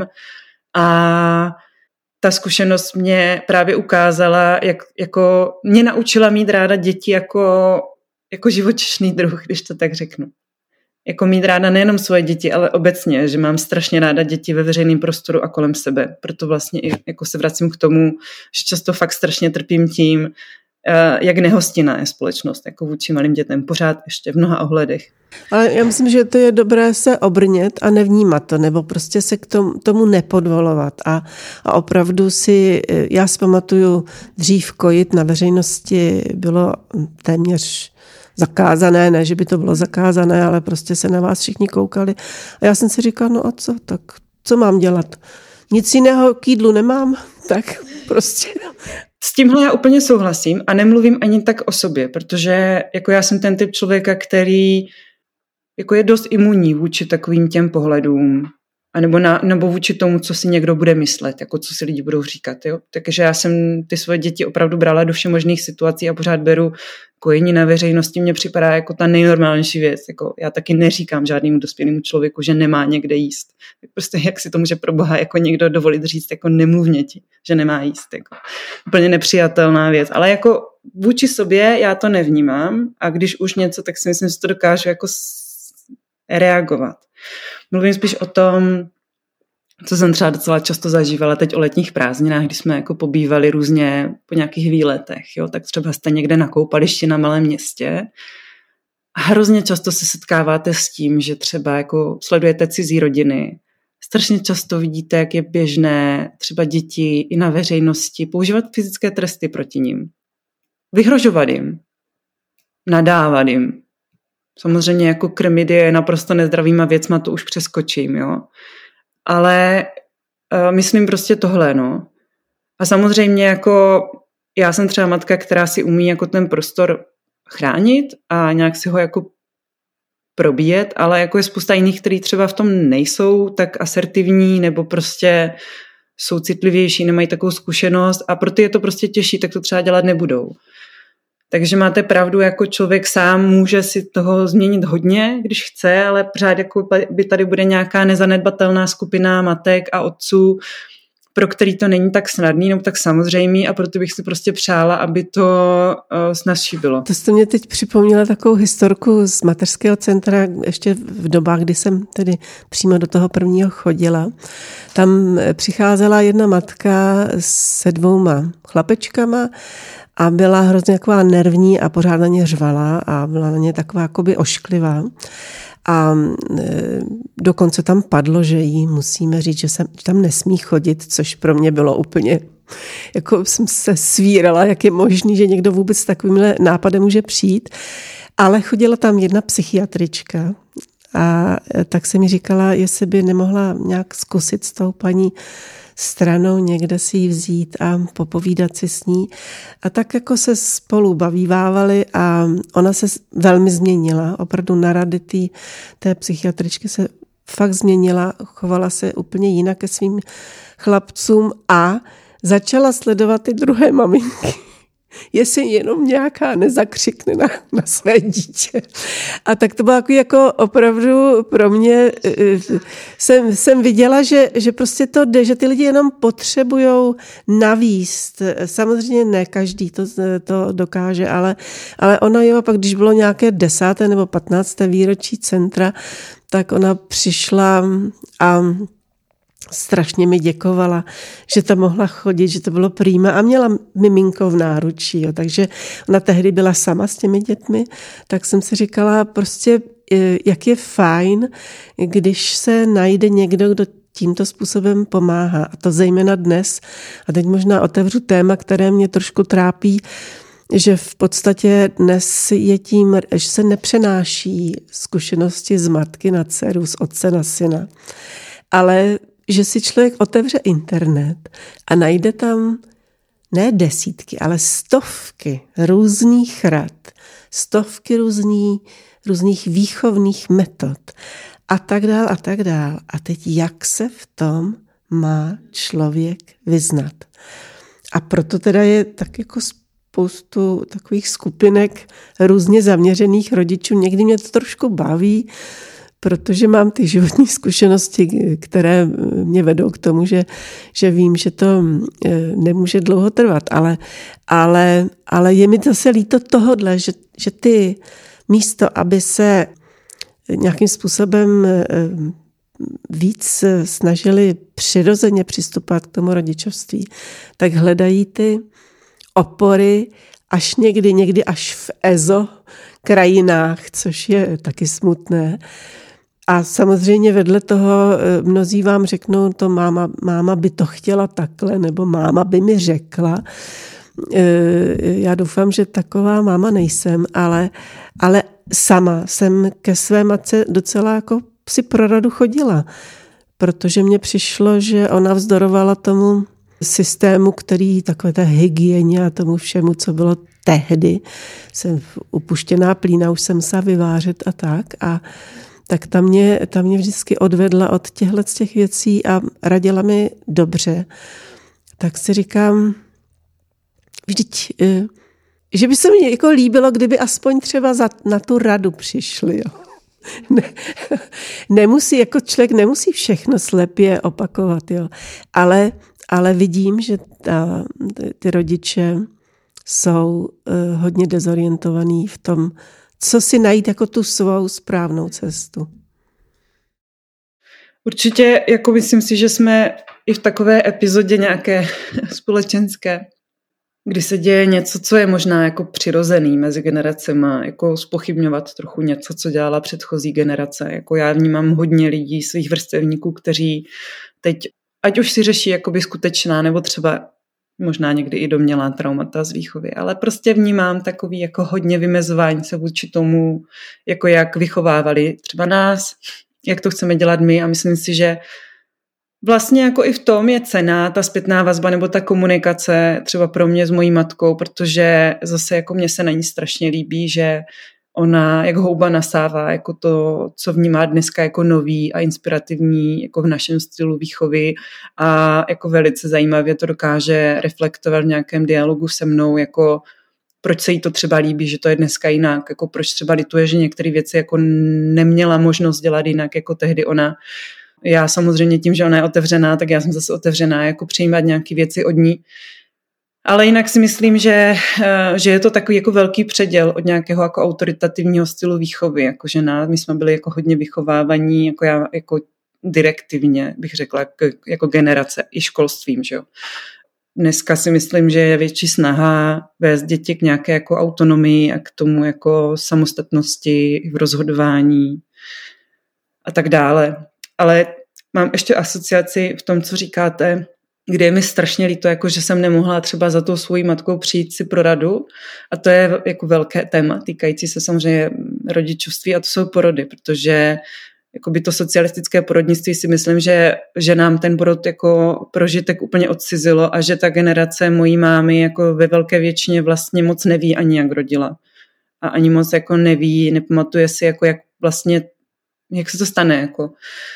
a ta zkušenost mě právě ukázala, jak jako mě naučila mít ráda děti jako živočišný druh, když to tak řeknu. Jako mít ráda nejenom svoje děti, ale obecně, že mám strašně ráda děti ve veřejném prostoru a kolem sebe. Proto vlastně i jako se vracím k tomu, že často fakt strašně trpím tím, jak nehostinná je společnost jako vůči malým dětem. Pořád ještě v mnoha ohledech. Ale já myslím, že to je dobré se obrnět a nevnímat to, nebo prostě se k tomu nepodvolovat. A opravdu já si pamatuju, dřív kojit na veřejnosti bylo téměř zakázané, ne, že by to bylo zakázané, ale prostě se na vás všichni koukali. A já jsem si říkala, no a co, tak co mám dělat? Nic jiného k jídlu nemám, tak prostě. S tímhle já úplně souhlasím a nemluvím ani tak o sobě, protože jako já jsem ten typ člověka, který jako je dost imunní vůči takovým těm pohledům nebo vůči tomu, co si někdo bude myslet, jako co si lidi budou říkat. Jo? Takže já jsem ty svoje děti opravdu brala do všemožných situací a pořád beru kojení na veřejnosti, mně připadá jako ta nejnormálnější věc. Jako já taky neříkám žádnému dospělému člověku, že nemá někde jíst. Prostě jak si to může pro Boha jako někdo dovolit říct, jako nemluvně ti, že nemá jíst. Jako. Úplně nepřijatelná věc. Ale jako vůči sobě já to nevnímám a když už něco, tak si myslím, že to dokážu jako reagovat. Mluvím spíš o tom, co jsem třeba docela často zažívala teď o letních prázdninách, když jsme jako pobývali různě po nějakých výletech, jo, tak třeba jste někde na koupališti na malém městě a hrozně často se setkáváte s tím, že třeba jako sledujete cizí rodiny. Strašně často vidíte, jak je běžné třeba děti i na veřejnosti používat fyzické tresty proti nim. Vyhrožovat jim, nadávat jim. Samozřejmě jako krmit je naprosto nezdravýma věcma, to už přeskočím, jo. Ale myslím prostě tohle, no. A samozřejmě jako já jsem třeba matka, která si umí jako ten prostor chránit a nějak si ho jako probíjet, ale jako je spousta jiných, kteří třeba v tom nejsou tak asertivní nebo prostě jsou citlivější, nemají takovou zkušenost a pro ty je to prostě těžší, tak to třeba dělat nebudou. Takže máte pravdu, jako člověk sám může si toho změnit hodně, když chce, ale pořád jako by tady bude nějaká nezanedbatelná skupina matek a otců, pro který to není tak snadný, nebo tak samozřejmý a proto bych si prostě přála, aby to snazší bylo. To jste mě teď připomněla takovou historku z mateřského centra, ještě v dobách, kdy jsem tedy přímo do toho prvního chodila. Tam přicházela jedna matka se 2 chlapečkama a byla hrozně taková nervní a pořád na ně řvala a byla na ně taková jakoby ošklivá. A dokonce tam padlo, že jí musíme říct, že tam nesmí chodit, což pro mě bylo úplně, jako jsem se svírala, jak je možný, že někdo vůbec s takovýmhle nápadem může přijít. Ale chodila tam jedna psychiatrička a tak se mi říkala, jestli by nemohla nějak zkusit s tou paní stranou někde si ji vzít a popovídat si s ní. A tak jako se spolu bavívávali a ona se velmi změnila. Opravdu na rady té psychiatričky se fakt změnila, chovala se úplně jinak ke svým chlapcům a začala sledovat ty druhé maminky. Jestli jenom nějaká nezakřikne na své dítě. A tak to bylo jako opravdu pro mě, jsem viděla, že prostě to jde, že ty lidi jenom potřebujou navíst. Samozřejmě ne každý to dokáže, ale ona jo, pak když bylo nějaké 10. nebo 15. výročí centra, tak ona přišla a strašně mi děkovala, že tam mohla chodit, že to bylo prýma a měla miminko v náručí. Jo. Takže ona tehdy byla sama s těmi dětmi, tak jsem si říkala prostě, jak je fajn, když se najde někdo, kdo tímto způsobem pomáhá. A to zejména dnes. A teď možná otevřu téma, které mě trošku trápí, že v podstatě dnes je tím, že se nepřenáší zkušenosti z matky na dceru, z otce na syna. Ale že si člověk otevře internet a najde tam ne desítky, ale stovky různých rad, stovky různých výchovných metod a tak dál a tak dál. A teď jak se v tom má člověk vyznat? A proto teda je tak jako spoustu takových skupinek různě zaměřených rodičů. Někdy mě to trošku baví, protože mám ty životní zkušenosti, které mě vedou k tomu, že vím, že to nemůže dlouho trvat. Ale je mi zase líto tohodle, že ty místo, aby se nějakým způsobem víc snažili přirozeně přistupovat k tomu rodičovství, tak hledají ty opory až někdy až v EZO krajinách, což je taky smutné. A samozřejmě vedle toho mnozí vám řeknou, to máma by to chtěla takhle, nebo máma by mi řekla. Já doufám, že taková máma nejsem, ale sama jsem ke své matce docela jako si pro radu chodila, protože mně přišlo, že ona vzdorovala tomu systému, který takové té hygieně a tomu všemu, co bylo tehdy. Jsem upuštěná plína, už jsem se vyvářet a tak. tak ta mě vždycky odvedla od těch věcí a radila mi dobře. Tak si říkám, vždyť, že by se mi jako líbilo, kdyby aspoň třeba na tu radu přišli. Jo. Nemusí, jako člověk nemusí všechno slepě opakovat, jo. Ale vidím, že ty rodiče jsou hodně dezorientovaní v tom, co si najít jako tu svou správnou cestu. Určitě, jako myslím si, že jsme i v takové epizodě nějaké společenské, kdy se děje něco, co je možná jako přirozený mezi generacema, jako zpochybňovat trochu něco, co dělala předchozí generace. Jako já vnímám hodně lidí, svých vrstevníků, kteří teď, ať už si řeší jakoby skutečná, nebo třeba možná někdy i domnělá traumata z výchovy, ale prostě vnímám takový jako hodně vymezování se vůči tomu, jako jak vychovávali třeba nás, jak to chceme dělat my, a myslím si, že vlastně jako i v tom je cenná ta zpětná vazba nebo ta komunikace třeba pro mě s mojí matkou, protože zase jako mně se na ní strašně líbí, že ona jak houba nasává jako to, co vnímá dneska jako nový a inspirativní jako v našem stylu výchovy, a jako velice zajímavě to dokáže reflektovat v nějakém dialogu se mnou, jako proč se jí to třeba líbí, že to je dneska jinak, jako proč třeba lituje, že některé věci jako neměla možnost dělat jinak jako tehdy ona. Já samozřejmě tím, že ona je otevřená, tak já jsem zase otevřená jako přijímat nějaké věci od ní. Ale jinak si myslím, že je to takový jako velký předěl od nějakého jako autoritativního stylu výchovy, jako žena. My jsme byli jako hodně vychovávaní, jako já jako direktivně bych řekla, jako generace i školstvím, že jo. Dneska si myslím, že je větší snaha vést děti k nějaké jako autonomii a k tomu jako samostatnosti v rozhodování a tak dále. Ale mám ještě asociaci v tom, co říkáte, kde je mi strašně líto, jako že jsem nemohla třeba za tou svojí matkou přijít si pro radu, a to je jako velké téma týkající se samozřejmě rodičovství, a to jsou porody, protože jakoby to socialistické porodnictví si myslím, že nám ten porod jako prožitek úplně odcizilo a že ta generace mojí mámy jako ve velké většině vlastně moc neví ani jak rodila. A ani moc jako neví, nepamatuje si jako jak vlastně, jak se to stane jako.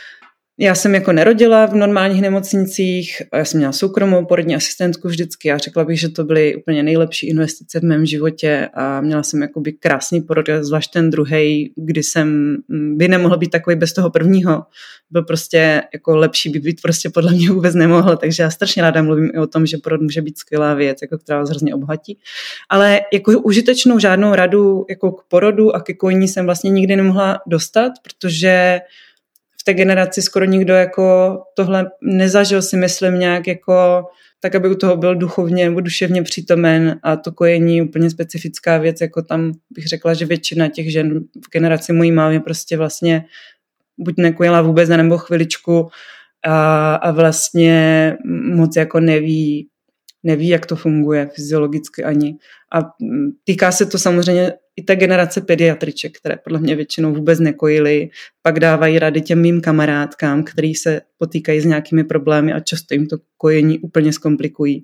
Já jsem jako nerodila v normálních nemocnicích, já jsem měla soukromou porodní asistentku vždycky a řekla bych, že to byly úplně nejlepší investice v mém životě a měla jsem jakoby krásný porod, zvlášť ten druhej, kdy by nemohl být takový bez toho prvního. Byl prostě jako lepší by být prostě podle mě vůbec nemohl, takže já strašně ráda mluvím i o tom, že porod může být skvělá věc, jako která vás hrozně obohatí. Ale jako užitečnou žádnou radu jako k porodu a ke kojení jsem vlastně nikdy nemohla dostat, protože v té generaci skoro nikdo jako tohle nezažil, si myslím, nějak jako tak, aby u toho byl duchovně nebo duševně přítomen, a to kojení je úplně specifická věc, jako tam bych řekla, že většina těch žen v generaci mojí mámy prostě vlastně buď nekojila vůbec nebo chviličku a vlastně moc jako neví, jak to funguje fyziologicky ani. A týká se to samozřejmě i té generace pediatriček, které podle mě většinou vůbec nekojily, pak dávají rady těm mým kamarádkám, který se potýkají s nějakými problémy a často jim to kojení úplně zkomplikují.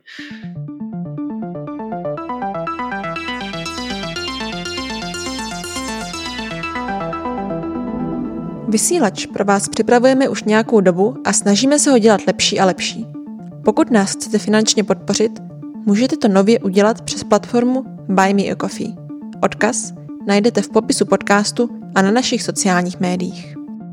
Vysílač pro vás připravujeme už nějakou dobu a snažíme se ho dělat lepší a lepší. Pokud nás chcete finančně podpořit, můžete to nově udělat přes platformu Buy Me a Coffee. Odkaz najdete v popisu podcastu a na našich sociálních médiích.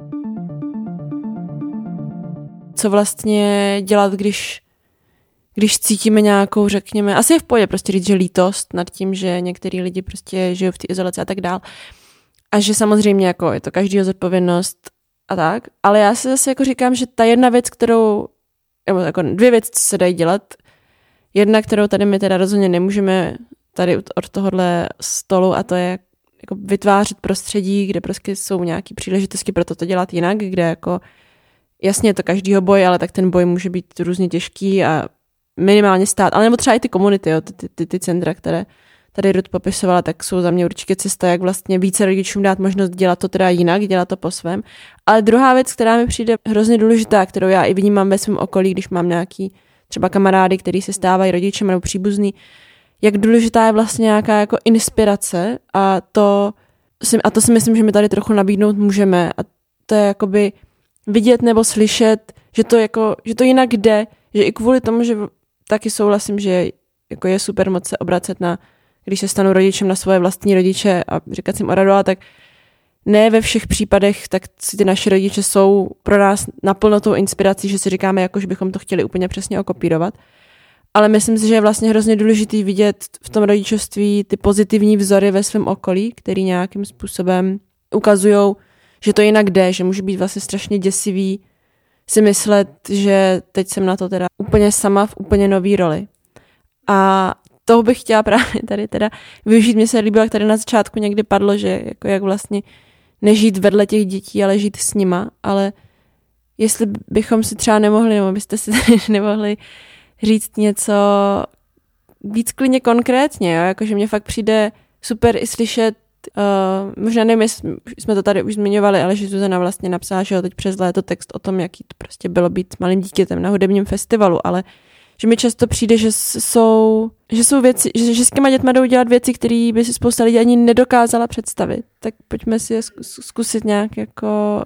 Co vlastně dělat, když cítíme nějakou, řekněme, asi je v pohodě prostě říct, že lítost nad tím, že některý lidi prostě žijou v té izolaci a tak dál. A že samozřejmě jako je to každýho zodpovědnost a tak. Ale já si zase jako říkám, že ta jedna věc, nebo jako dvě věci, co se dají dělat. Jedna, kterou tady my teda rozhodně nemůžeme tady od tohohle stolu, a to je jako vytvářet prostředí, kde prostě jsou nějaké příležitosti pro to dělat jinak, kde jako jasně je to každýho boj, ale tak ten boj může být různě těžký a minimálně stát, ale nebo třeba i ty komunity, jo, ty centra, které tady Ruth popisovala, tak jsou za mě určitě cesta, jak vlastně více rodičům dát možnost dělat to teda jinak, dělat to po svém. Ale druhá věc, která mi přijde hrozně důležitá, kterou já i vnímám ve svém okolí, když mám nějaký třeba kamarády, který se stávají rodičem nebo příbuzný, jak důležitá je vlastně nějaká jako inspirace, a to si myslím, že my tady trochu nabídnout můžeme, a důležité jakoby vidět nebo slyšet, že to jinak jde, že i kvůli tomu, že taky souhlasím, že jako je super moc se obracet když se stanu rodičem, na svoje vlastní rodiče a říkat si jim o radu, tak ne ve všech případech, tak si ty naši rodiče jsou pro nás naplno tou inspirací, že si říkáme, jako, že bychom to chtěli úplně přesně okopírovat. Ale myslím si, že je vlastně hrozně důležitý vidět v tom rodičovství ty pozitivní vzory ve svém okolí, který nějakým způsobem ukazují, že to jinak jde, že může být vlastně strašně děsivý si myslet, že teď jsem na to teda úplně sama v úplně nový roli. A toho bych chtěla právě tady teda využít. Mně se líbilo, jak tady na začátku někdy padlo, že jako jak vlastně nežít vedle těch dětí, ale žít s nima, ale jestli bychom si třeba nemohli, nebo byste si tady nemohli říct něco víc klidně konkrétně, jo? Jakože mně fakt přijde super i slyšet, možná nevím, jsme to tady už zmiňovali, ale že Zuzana vlastně napsala, že teď přes léto text o tom, jaký to prostě bylo být malým dítětem na hudebním festivalu, ale že mi často přijde, že jsou věci, že s těma dětma jdou dělat věci, které by si spousta lidí ani nedokázala představit. Tak pojďme si je zkusit nějak jako...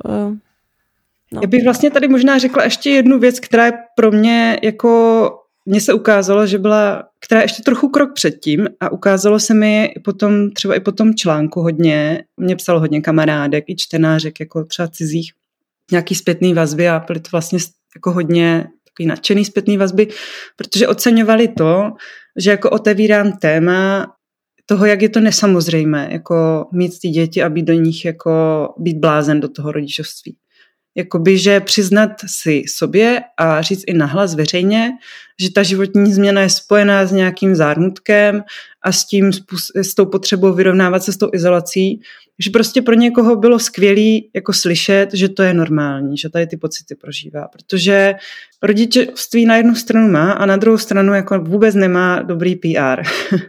No. Já bych vlastně tady možná řekla ještě jednu věc, která je pro mě jako... Mně se ukázalo, že která je ještě trochu krok předtím a ukázalo se mi potom, třeba i po tom článku hodně, mě psalo hodně kamarádek i čtenářek, jako třeba cizích, nějaký zpětný vazby a byly to vlastně jako hodně takový nadšený zpětný vazby, protože oceňovali to, že jako otevírám téma toho, jak je to nesamozřejmé, jako mít ty děti a být do nich jako být blázen do toho rodičovství. Jakoby, že přiznat si sobě a říct i nahlas veřejně, že ta životní změna je spojená s nějakým zármutkem a s tou potřebou vyrovnávat se s tou izolací, že prostě pro někoho bylo skvělý jako slyšet, že to je normální, že tady ty pocity prožívá, protože rodičovství na jednu stranu má a na druhou stranu jako vůbec nemá dobrý PR.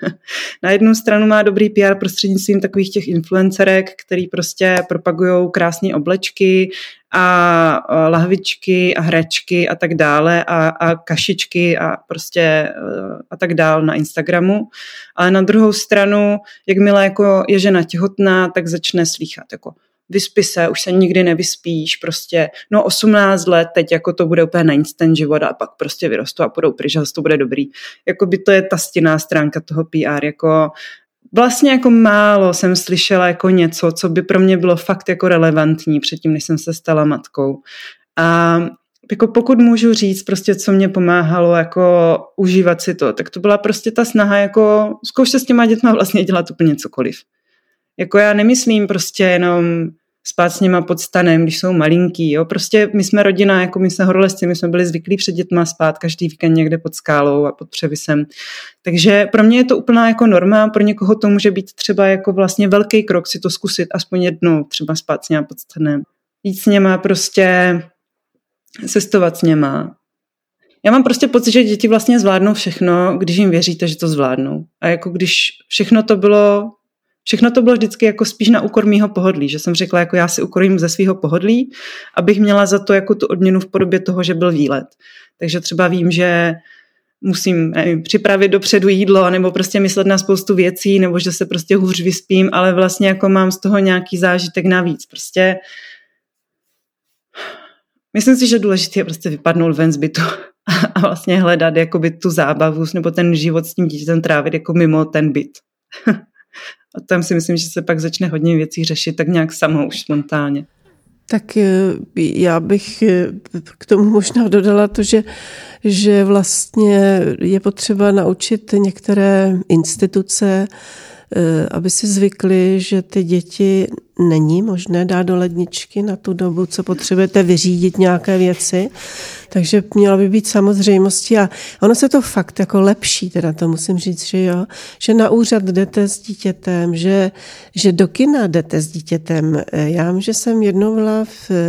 Na jednu stranu má dobrý PR prostřednictvím takových těch influencerek, který prostě propagujou krásné oblečky a lahvičky a hračky a tak dále a kašičky a prostě a tak dále na Instagramu. Ale na druhou stranu, jakmile jako je žena těhotná, tak začne slýchat jako vyspí se, už se nikdy nevyspíš, prostě 18 let, teď jako to bude úplně na instant život a pak prostě vyrostou a půjdou pryč a to bude dobrý. Jakoby to je ta stinná stránka toho PR, jako vlastně jako málo jsem slyšela jako něco, co by pro mě bylo fakt jako relevantní předtím, než jsem se stala matkou. A jako pokud můžu říct prostě, co mě pomáhalo jako užívat si to, tak to byla prostě ta snaha jako zkoušet s těma dětma vlastně dělat úplně cokoliv. Jako já nemyslím prostě jenom spát s nima pod stanem, když jsou malinký, jo, prostě my jsme rodina, jako my jsme horolezci, my jsme byli zvyklí před dětma spát každý víkend někde pod skálou a pod převisem. Takže pro mě je to úplná jako norma, pro někoho to může být třeba jako vlastně velký krok si to zkusit aspoň jednou, třeba spát s nima pod stanem. Jít s něma prostě, cestovat s něma. Já mám prostě pocit, že děti vlastně zvládnou všechno, když jim věříte, že to zvládnou. A jako když všechno to bylo vždycky jako spíš na úkor mýho pohodlí, že jsem řekla, jako já si ukorím ze svého pohodlí, abych měla za to jako tu odměnu v podobě toho, že byl výlet. Takže třeba vím, že musím připravit dopředu jídlo, nebo prostě myslet na spoustu věcí, nebo že se prostě hůř vyspím, ale vlastně jako mám z toho nějaký zážitek navíc. Prostě myslím si, že důležité je prostě vypadnout ven z bytu a vlastně hledat jakoby tu zábavu, nebo ten život s tím dítětem trávit jako mimo ten byt. A tam si myslím, že se pak začne hodně věcí řešit tak nějak samo už spontánně. Tak já bych k tomu možná dodala to, že vlastně je potřeba naučit některé instituce, aby si zvykli, že ty děti není možné dát do ledničky na tu dobu, co potřebujete vyřídit nějaké věci. Takže mělo by být samozřejmostí a ono se to fakt jako lepší, teda to musím říct, že jo, že na úřad jdete s dítětem, že do kina jdete s dítětem. Já vím, že jsem jednou byla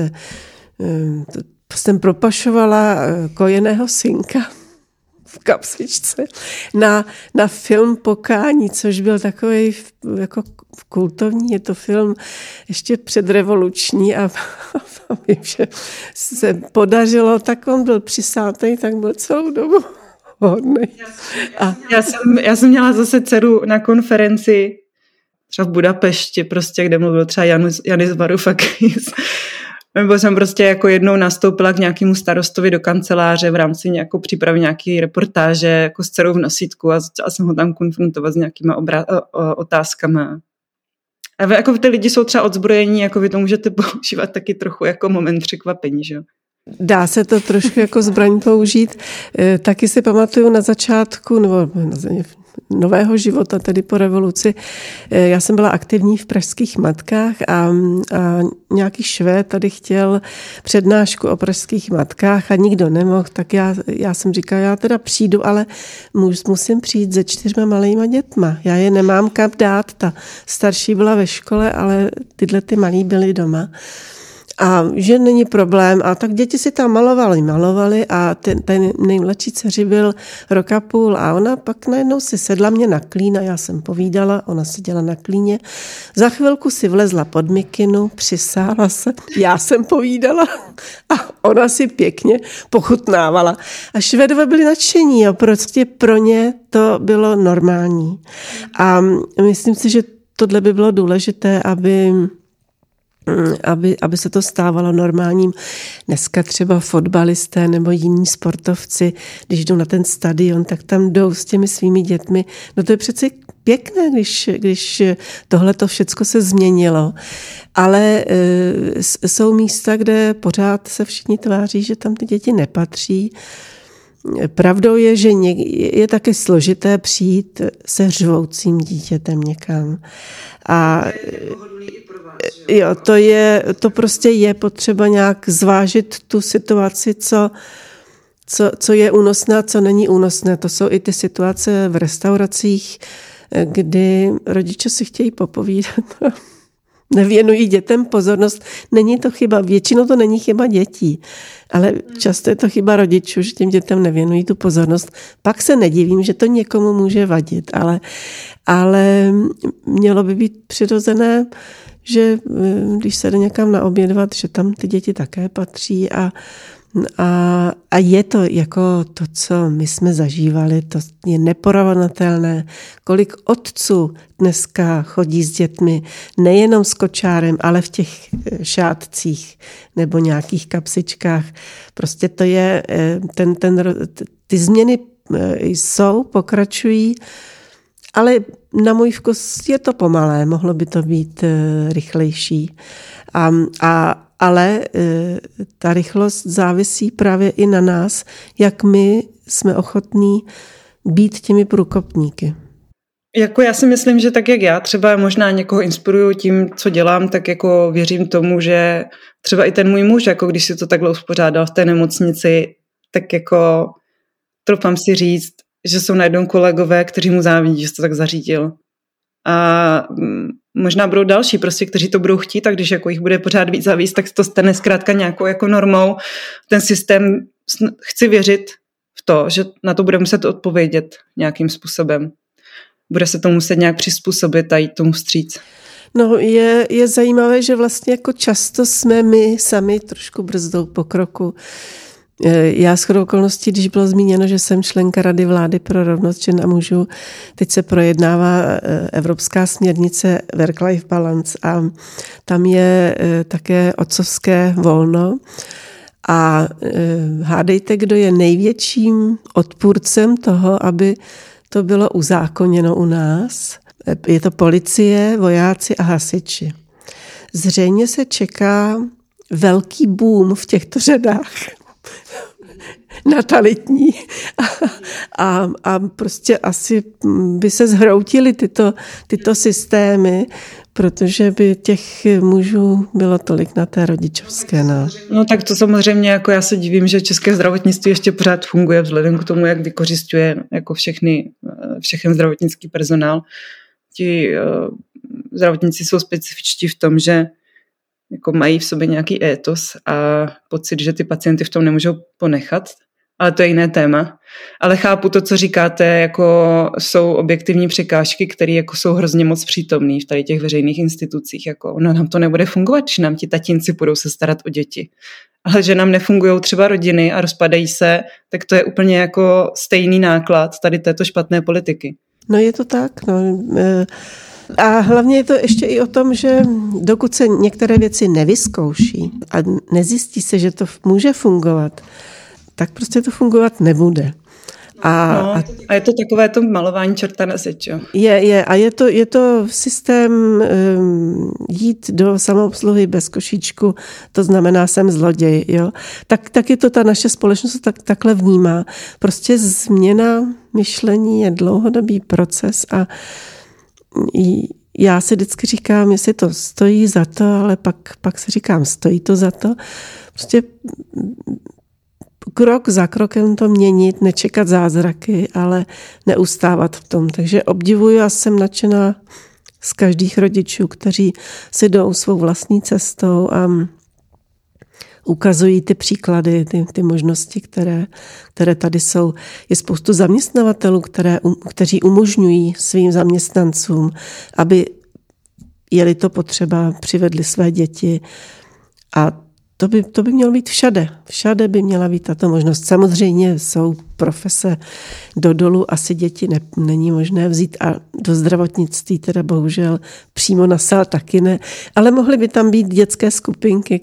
jsem propašovala kojeného synka v kapsličce na film Pokání, což byl takový jako kultovní, je to film ještě předrevoluční a vím, že se podařilo, tak on byl přisátej, tak byl celou dobu hodný. Já jsem měla zase dceru na konferenci třeba v Budapešti, prostě, kde mluvil třeba Yanis Varoufakis. Nebo jsem prostě jako jednou nastoupila k nějakému starostovi do kanceláře v rámci nějakou přípravy nějaké reportáže jako s dcerou v nosítku a začala jsem ho tam konfrontovat s nějakýma otázkama. A jako ty lidi jsou třeba odzbrojení, jako vy to můžete používat taky trochu jako moment překvapení, že jo? Dá se to trošku jako zbraň použít. Taky si pamatuju na začátku nebo nového života, tedy po revoluci. Já jsem byla aktivní v pražských matkách a nějaký Švéd tady chtěl přednášku o pražských matkách a nikdo nemohl, tak já jsem říkala, já teda přijdu, ale musím přijít se 4 malýma dětma. Já je nemám kam dát, ta starší byla ve škole, ale tyhle ty malí byly doma. A že není problém. A tak děti si tam malovali a ten nejmladší dceři byl 1,5 roku a ona pak najednou si sedla mě na klín a já jsem povídala, ona seděla na klíně. Za chvilku si vlezla pod mikinu, přisála se, já jsem povídala a ona si pěkně pochutnávala. A Švédové byli nadšení a prostě pro ně to bylo normální. A myslím si, že tohle by bylo důležité, aby se to stávalo normálním. Dneska třeba fotbalisté nebo jiní sportovci, když jdou na ten stadion, tak tam jdou s těmi svými dětmi. No to je přece pěkné, když tohle to všecko se změnilo. Ale jsou místa, kde pořád se všichni tváří, že tam ty děti nepatří. Pravdou je, že je taky složité přijít se řvoucím dítětem někam. A jo, to prostě je potřeba nějak zvážit tu situaci, co je únosné a co není únosné. To jsou i ty situace v restauracích, kdy rodiče si chtějí popovídat. Nevěnují dětem pozornost. Není to chyba, většinou to není chyba dětí, ale často je to chyba rodičů, že těm dětem nevěnují tu pozornost. Pak se nedivím, že to někomu může vadit, ale mělo by být přirozené, že když se jde někam naobědvat, že tam ty děti také patří a je to jako to, co my jsme zažívali, to je neporovnatelné. Kolik otců dneska chodí s dětmi, nejenom s kočárem, ale v těch šátcích nebo nějakých kapsičkách. Prostě to je, ty změny jsou, pokračují, ale na můj vkus je to pomalé, mohlo by to být rychlejší. Ale ta rychlost závisí právě i na nás, jak my jsme ochotní být těmi průkopníky. Jako já si myslím, že tak jak já třeba možná někoho inspiruju tím, co dělám, tak jako věřím tomu, že třeba i ten můj muž, jako když si to takhle uspořádal v té nemocnici, tak jako troufám si říct, že jsou najednou kolegové, kteří mu závidí, že to tak zařídil. A možná budou další, prostě, kteří to budou chtít, tak když jako jich bude pořád víc a víc, tak to stane zkrátka nějakou jako normou. Ten systém, chci věřit v to, že na to bude muset odpovědět nějakým způsobem. Bude se tomu muset nějak přizpůsobit a jít tomu vstříc. No je zajímavé, že vlastně jako často jsme my sami trošku brzdou pokroku. Já shodou okolností, když bylo zmíněno, že jsem členka Rady vlády pro rovnost žen a mužů, teď se projednává evropská směrnice Work-Life Balance a tam je také otcovské volno. A hádejte, kdo je největším odpůrcem toho, aby to bylo uzákoněno u nás. Je to policie, vojáci a hasiči. Zřejmě se čeká velký boom v těchto řadách. Natalitní. A prostě asi by se zhroutily tyto systémy, protože by těch mužů bylo tolik na té rodičovské. No tak to samozřejmě, jako já se divím, že české zdravotnictví ještě pořád funguje vzhledem k tomu, jak vykořisťuje jako všechen zdravotnický personál. Ti zdravotníci jsou specifičtí v tom, že jako mají v sobě nějaký étos a pocit, že ty pacienty v tom nemůžou ponechat, ale to je jiné téma. Ale chápu to, co říkáte, jako jsou objektivní překážky, které jako jsou hrozně moc přítomný v tady těch veřejných institucích. Jako, no nám to nebude fungovat, že nám ti tatínci budou se starat o děti. Ale že nám nefungují třeba rodiny a rozpadají se, tak to je úplně jako stejný náklad tady této špatné politiky. No je to tak, no. A hlavně je to ještě i o tom, že dokud se některé věci nevyzkouší a nezjistí se, že to může fungovat, tak prostě to fungovat nebude. A je to takové to malování čerta na zeď, jo? A je to systém jít do samoobsluhy bez košíčku, to znamená jsem zloděj, jo? Tak je to ta naše společnost takhle vnímá. Prostě změna myšlení je dlouhodobý proces a já si vždycky říkám, jestli to stojí za to, ale pak si říkám, stojí to za to. Prostě krok za krokem to měnit, nečekat zázraky, ale neustávat v tom. Takže obdivuji a jsem nadšená z každých rodičů, kteří si jdou svou vlastní cestou a ukazují ty příklady, ty možnosti, které tady jsou. Je spoustu zaměstnavatelů, kteří umožňují svým zaměstnancům, aby jeli to potřeba, přivedli své děti a to by mělo být všade. Všade by měla být tato možnost. Samozřejmě jsou profese do dolu, asi děti není možné vzít a do zdravotnictví teda bohužel přímo na sál taky ne, ale mohly by tam být dětské skupinky,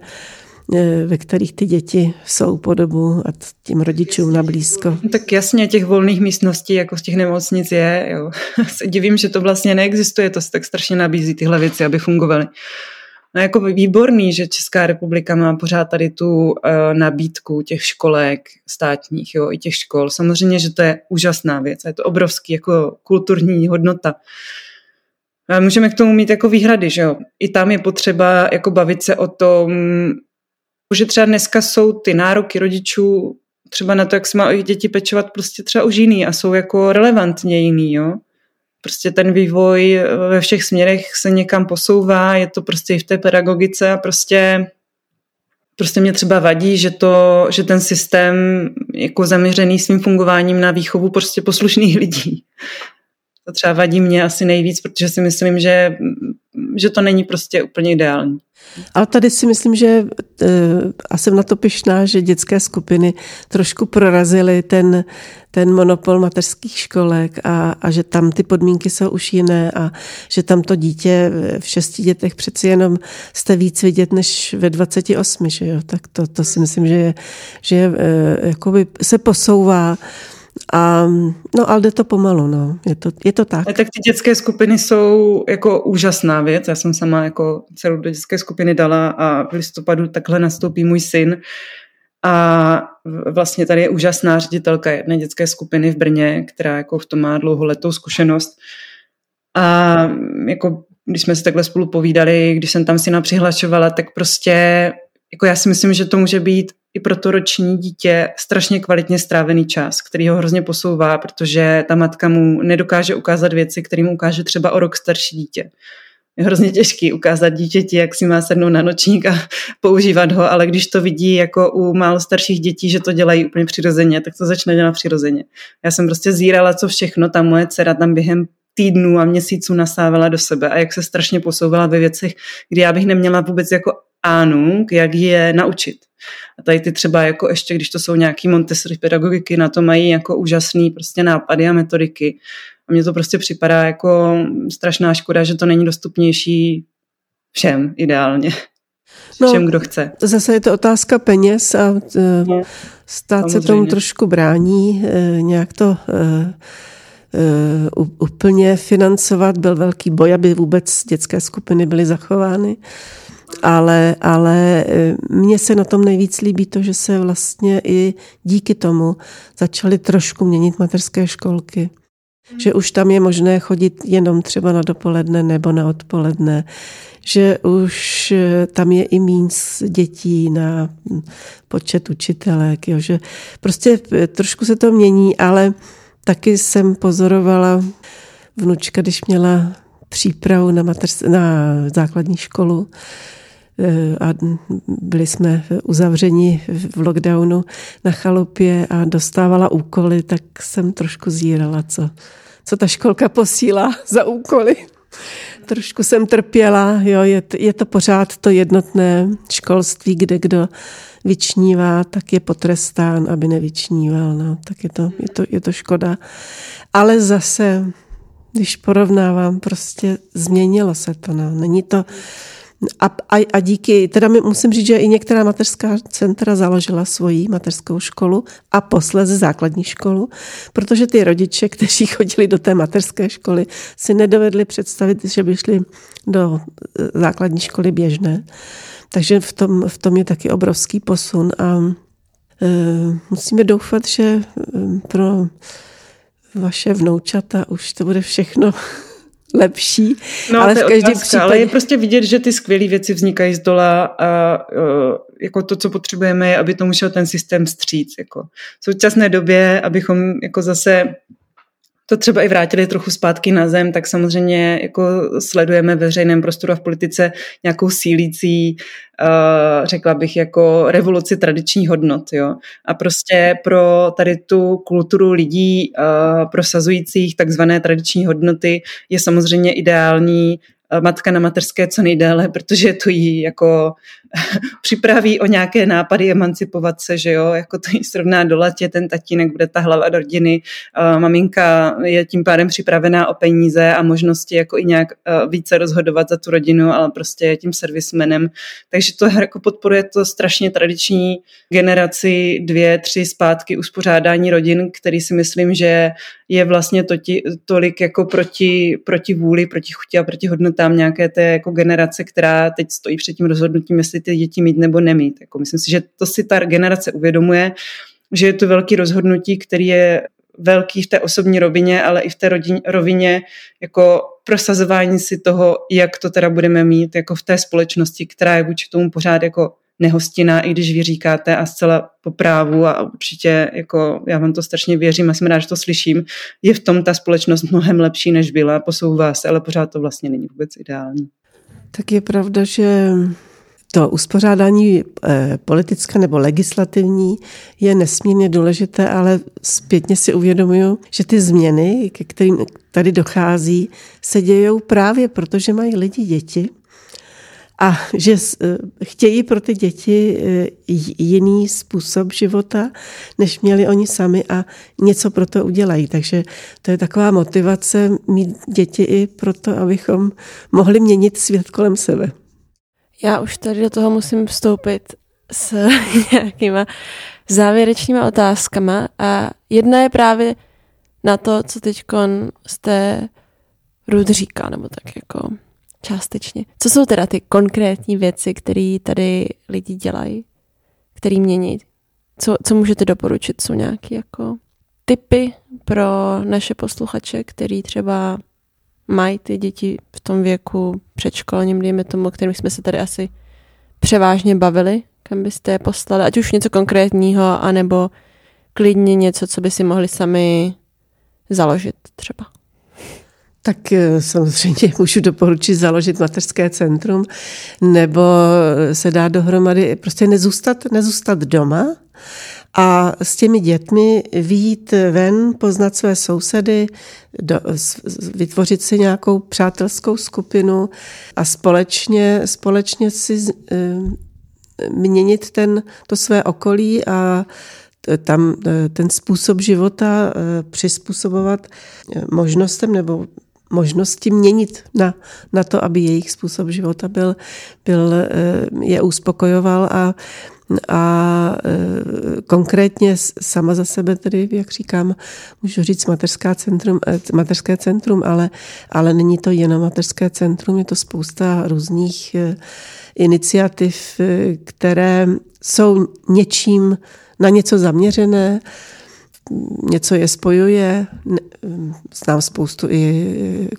ve kterých ty děti jsou po dobu a těm rodičům nablízko. Tak jasně, těch volných místností jako z těch nemocnic je. Jo. Se divím, že to vlastně neexistuje, to se tak strašně nabízí tyhle věci, aby fungovaly. No jako výborný, že Česká republika má pořád tady tu nabídku těch školek státních, jo, i těch škol. Samozřejmě, že to je úžasná věc a je to obrovský jako kulturní hodnota. A můžeme k tomu mít jako výhrady, že jo. I tam je potřeba jako bavit se o tom, že třeba dneska jsou ty nároky rodičů třeba na to, jak se má o jejich děti pečovat, prostě třeba už jiný a jsou jako relevantně jiný, jo. Prostě ten vývoj ve všech směrech se někam posouvá, je to prostě i v té pedagogice a prostě mě třeba vadí, že ten systém jako zaměřený svým fungováním na výchovu prostě poslušných lidí. To třeba vadí mě asi nejvíc, protože si myslím, že to není prostě úplně ideální. Ale tady si myslím, že a jsem na to pyšná, že dětské skupiny trošku prorazily ten monopol mateřských školek a že tam ty podmínky jsou už jiné a že tam to dítě v 6 dětech přeci jenom jste víc vidět než ve 28, že jo? Tak to si myslím, že jakoby se posouvá. Ale jde to pomalu, no. Je to tak. Tak ty dětské skupiny jsou jako úžasná věc. Já jsem sama jako dceru do dětské skupiny dala a v listopadu takhle nastoupí můj syn. A vlastně tady je úžasná ředitelka jedné dětské skupiny v Brně, která jako v tom má dlouholetou zkušenost. A jako když jsme se takhle spolu povídali, když jsem tam syna přihlašovala, tak prostě jako já si myslím, že to může být i pro to roční dítě strašně kvalitně strávený čas, který ho hrozně posouvá, protože ta matka mu nedokáže ukázat věci, které mu ukáže třeba o rok starší dítě. Je hrozně těžký ukázat dítěti, jak si má sednout na nočník a používat ho, ale když to vidí jako u málo starších dětí, že to dělají úplně přirozeně, tak to začne dělat přirozeně. Já jsem prostě zírala, co všechno ta moje dcera tam během týdnů a měsíců nasávala do sebe a jak se strašně posouvala ve věcech, kdy já bych neměla vůbec jako ánung, jak je naučit. A tady ty třeba jako ještě, když to jsou nějaký Montessori pedagogiky, na to mají jako úžasný prostě nápady a metodiky. A mně to prostě připadá jako strašná škoda, že to není dostupnější všem ideálně. Všem, kdo chce. Zase je to otázka peněz a stát se tomu trošku brání, nějak to úplně financovat. Byl velký boj, aby vůbec dětské skupiny byly zachovány. Ale mně se na tom nejvíc líbí to, že se vlastně i díky tomu začaly trošku měnit mateřské školky. Že už tam je možné chodit jenom třeba na dopoledne nebo na odpoledne. Že už tam je i míň dětí na počet učitelek. Jo. Že prostě trošku se to mění, ale taky jsem pozorovala vnučka, když měla přípravu na základní školu, a byli jsme uzavřeni v lockdownu na chalupě a dostávala úkoly, tak jsem trošku zírala, co ta školka posílá za úkoly. Trošku jsem trpěla, jo, je to pořád to jednotné školství, kde kdo vyčnívá, tak je potrestán, aby nevyčníval, no, tak je to škoda. Ale zase Když porovnávám, prostě změnilo se to. No. Není to... A díky, teda musím říct, že i některá mateřská centra založila svoji mateřskou školu a posléze základní školu, protože ty rodiče, kteří chodili do té mateřské školy, si nedovedli představit, že by šli do základní školy běžné. Takže v tom je taky obrovský posun a musíme doufat, že pro vaše vnoučata už to bude všechno lepší. No, ale v každém případě... Ale je prostě vidět, že ty skvělé věci vznikají z dola a jako to, co potřebujeme, je, aby tomu šel ten systém vstříc. Jako. V současné době, abychom jako zase to třeba i vrátili trochu zpátky na zem, tak samozřejmě jako sledujeme ve veřejném prostoru a v politice nějakou sílící, řekla bych, jako revoluci tradičních hodnot. Jo? A prostě pro tady tu kulturu lidí prosazujících takzvané tradiční hodnoty je samozřejmě ideální matka na mateřské co nejdéle, protože to jí jako připraví o nějaké nápady emancipovat se, že jo, jako to jí srovná do latě, ten tatínek bude ta hlava do rodiny, maminka je tím pádem připravená o peníze a možnosti jako i nějak více rozhodovat za tu rodinu, ale prostě je tím servismenem. Takže to jako podporuje to strašně tradiční generaci 2, 3 zpátky uspořádání rodin, který si myslím, že je vlastně tolik jako proti vůli, proti chuti a proti hodnotám nějaké té jako generace, která teď stojí před tím rozhodnutím, jestli ty děti mít nebo nemít. Jako myslím si, že to si ta generace uvědomuje, že je to velký rozhodnutí, který je velký v té osobní rovině, ale i v té rovině jako prosazování si toho, jak to teda budeme mít jako v té společnosti, která je vůči tomu pořád jako nehostinná, i když vy říkáte a zcela po právu a určitě jako já vám to strašně věřím a jsem rád, že to slyším, je v tom ta společnost mnohem lepší, než byla, posouvá se, ale pořád to vlastně není vůbec ideální. Tak je pravda, že to uspořádání politické nebo legislativní je nesmírně důležité, ale zpětně si uvědomuju, že ty změny, ke kterým tady dochází, se dějou právě proto, že mají lidi děti a že chtějí pro ty děti jiný způsob života, než měli oni sami a něco pro to udělají. Takže to je taková motivace mít děti i proto, abychom mohli měnit svět kolem sebe. Já už tady do toho musím vstoupit s nějakýma závěrečnýma otázkama a jedna je právě na to, co teďkon jste Ruth říká, nebo tak jako částečně. Co jsou teda ty konkrétní věci, které tady lidi dělají, které mění? Co můžete doporučit? Jsou nějaké jako tipy pro naše posluchače, který třeba mají ty děti v tom věku předškolním, dejme tomu, o kterým jsme se tady asi převážně bavili, kam byste je poslali, ať už něco konkrétního, anebo klidně něco, co by si mohli sami založit třeba. Tak samozřejmě můžu doporučit založit mateřské centrum, nebo se dát dohromady, prostě nezůstat doma a s těmi dětmi vyjít ven, poznat své sousedy, vytvořit si nějakou přátelskou skupinu a společně si měnit to své okolí a tam ten způsob života přizpůsobovat možnostem nebo možnosti měnit na to, aby jejich způsob života je uspokojoval a konkrétně sama za sebe tedy, jak říkám, můžu říct mateřské centrum, ale není to jenom mateřské centrum, je to spousta různých iniciativ, které jsou něčím na něco zaměřené, něco je spojuje. Znám spoustu i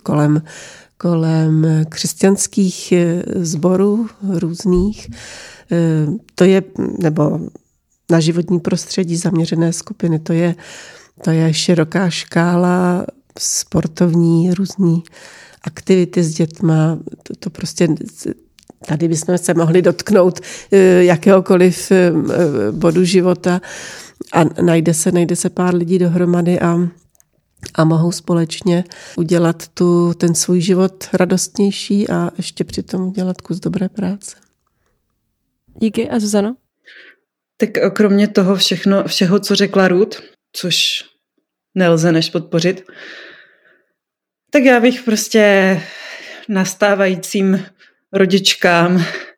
kolem křesťanských sborů různých. To je, nebo na životní prostředí zaměřené skupiny, to je široká škála sportovní, různý aktivity s dětma. To prostě tady bychom se mohli dotknout jakéhokoliv bodu života a najde se pár lidí dohromady a mohou společně udělat ten svůj život radostnější a ještě přitom udělat kus dobré práce. Díky. A Zuzano? Tak kromě toho všeho, co řekla Ruth, což nelze než podpořit, Tak já bych prostě nastávajícím rodičkám,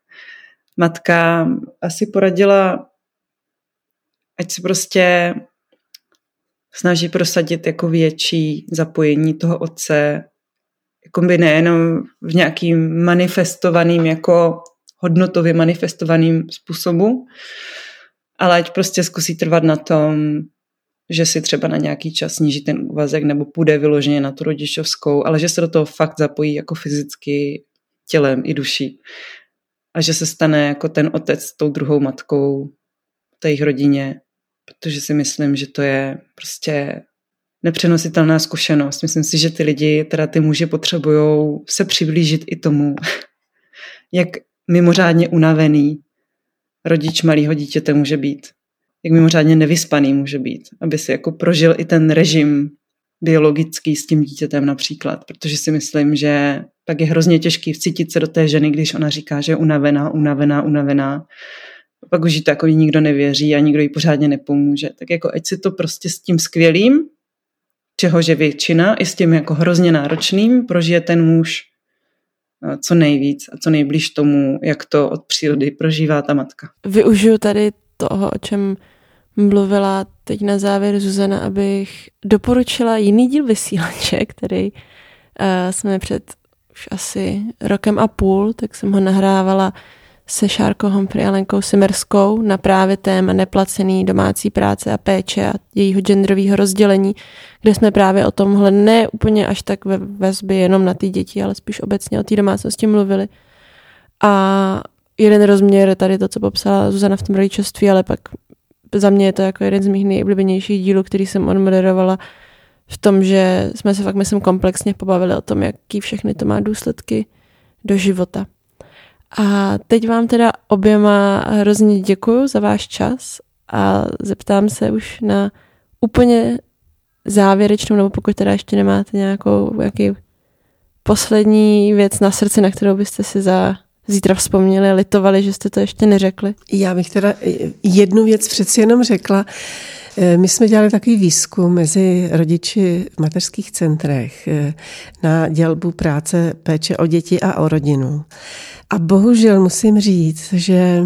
matkám asi poradila, ať se prostě snaží prosadit jako větší zapojení toho otce, jako by nejenom v nějakým manifestovaným, jako hodnotově manifestovaným způsobu, ale ať prostě zkusí trvat na tom, že si třeba na nějaký čas sníží ten úvazek nebo půjde vyloženě na tu rodičovskou, ale že se do toho fakt zapojí jako fyzicky, tělem i duší. A že se stane jako ten otec s tou druhou matkou v té jejich rodině, protože si myslím, že to je prostě nepřenositelná zkušenost. Myslím si, že ty lidi, teda ty muži potřebujou se přiblížit i tomu, jak mimořádně unavený rodič malého dítěte může být. Jak mimořádně nevyspaný může být, aby si jako prožil i ten režim biologický s tím dítětem například, protože si myslím, že tak je hrozně těžký vcítit se do té ženy, když ona říká, že je unavená. Pak už jí to jako nikdo nevěří a nikdo jí pořádně nepomůže. Tak jako ať si to prostě s tím skvělým, čehož je většina, i s tím jako hrozně náročným prožije ten muž co nejvíc a co nejblíž tomu, jak to od přírody prožívá ta matka. Využiju tady toho, o čem mluvila teď na závěr Zuzana, abych doporučila jiný díl Vysílače, který jsme před už asi 1,5 roku, tak jsem ho nahrávala se Šárkou Humphrey a Lenkou Simerskou na právě téma neplacený domácí práce a péče a jejího genderového rozdělení, kde jsme právě o tomhle ne úplně až tak ve vazbě jenom na ty děti, ale spíš obecně o té domácnosti mluvili. A jeden rozměr tady to, co popsala Zuzana v tom rodičovství, ale pak za mě je to jako jeden z mých nejoblíbenějších dílů, který jsem odmoderovala v tom, že jsme se fakt, myslím, komplexně pobavili o tom, jaký všechny to má důsledky do života. A teď vám teda oběma hrozně děkuju za váš čas a zeptám se už na úplně závěrečnou, nebo pokud teda ještě nemáte nějaký poslední věc na srdci, na kterou byste si za zítra vzpomněli, litovali, že jste to ještě neřekli. Já bych teda jednu věc přeci jenom řekla. My jsme dělali takový výzkum mezi rodiči v mateřských centrech na dělbu práce, péče o děti a o rodinu. A bohužel musím říct, že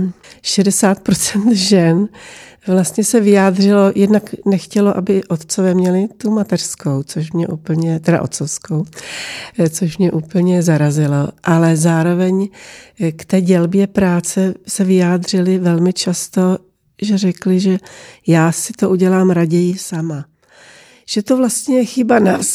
60% žen vlastně se vyjádřilo, jednak nechtělo, aby otcové měli tu mateřskou, což mě úplně, teda otcovskou, což mě úplně zarazilo, ale zároveň k té dělbě práce se vyjádřili velmi často, že řekli, že já si to udělám raději sama. Že to vlastně je chyba nás,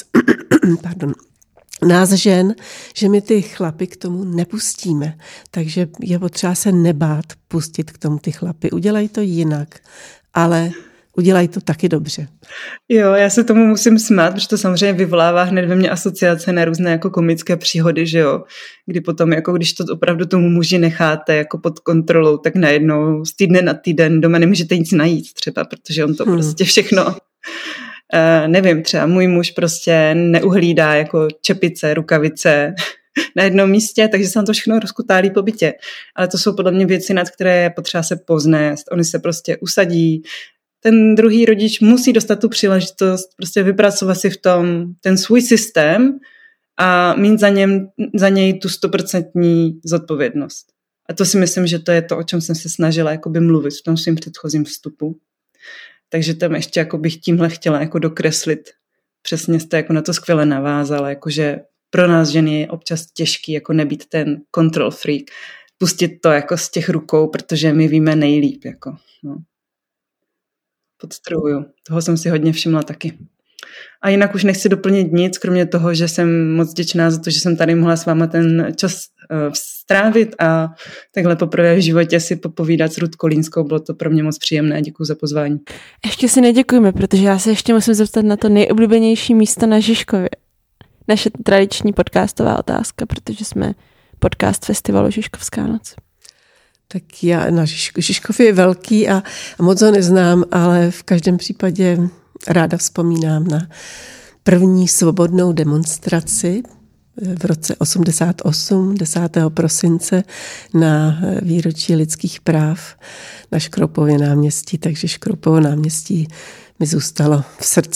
nás žen, že my ty chlapy k tomu nepustíme. Takže je potřeba se nebát pustit k tomu ty chlapy. Udělají to jinak, ale udělají to taky dobře. Jo, já se tomu musím smát, protože to samozřejmě vyvolává hned ve mně asociace na různé jako komické příhody, že jo, kdy potom, jako když to opravdu tomu muži necháte jako pod kontrolou, tak najednou z týdne na týden doma nemůžete nic najít třeba, protože on to prostě všechno, nevím, třeba můj muž prostě neuhlídá jako čepice, rukavice na jednom místě, takže se nám to všechno rozkutálí po bytě. Ale to jsou podle mě věci, nad které je potřeba se poznést. Oni se prostě usadí, ten druhý rodič musí dostat tu příležitost prostě vypracovat si v tom ten svůj systém a mít za něj tu 100% zodpovědnost. A to si myslím, že to je to, o čem jsem se snažila jakoby mluvit v tom svým předchozím vstupu. Takže tam ještě jako bych tímhle chtěla jako dokreslit. Přesně jste jako na to skvěle navázala, jakože pro nás ženy je občas těžký jako nebýt ten control freak. Pustit to jako z těch rukou, protože my víme nejlíp. Jako, no. Podtrhuju. Toho jsem si hodně všimla taky. A jinak už nechci doplnit nic, kromě toho, že jsem moc vděčná za to, že jsem tady mohla s váma ten čas strávit a takhle poprvé v životě si popovídat s Ruth Kolínskou. Bylo to pro mě moc příjemné. Děkuji za pozvání. Ještě si neděkujeme, protože já se ještě musím zeptat na to nejoblíbenější místo na Žižkově. Naše tradiční podcastová otázka, protože jsme podcast festivalu Žižkovská noc. Tak já na Žižkov je velký a moc ho neznám, ale v každém případě ráda vzpomínám na první svobodnou demonstraci v roce 88, 10. prosince na výročí lidských práv na Škroupově náměstí, takže Škroupovo náměstí mi zůstalo v srdci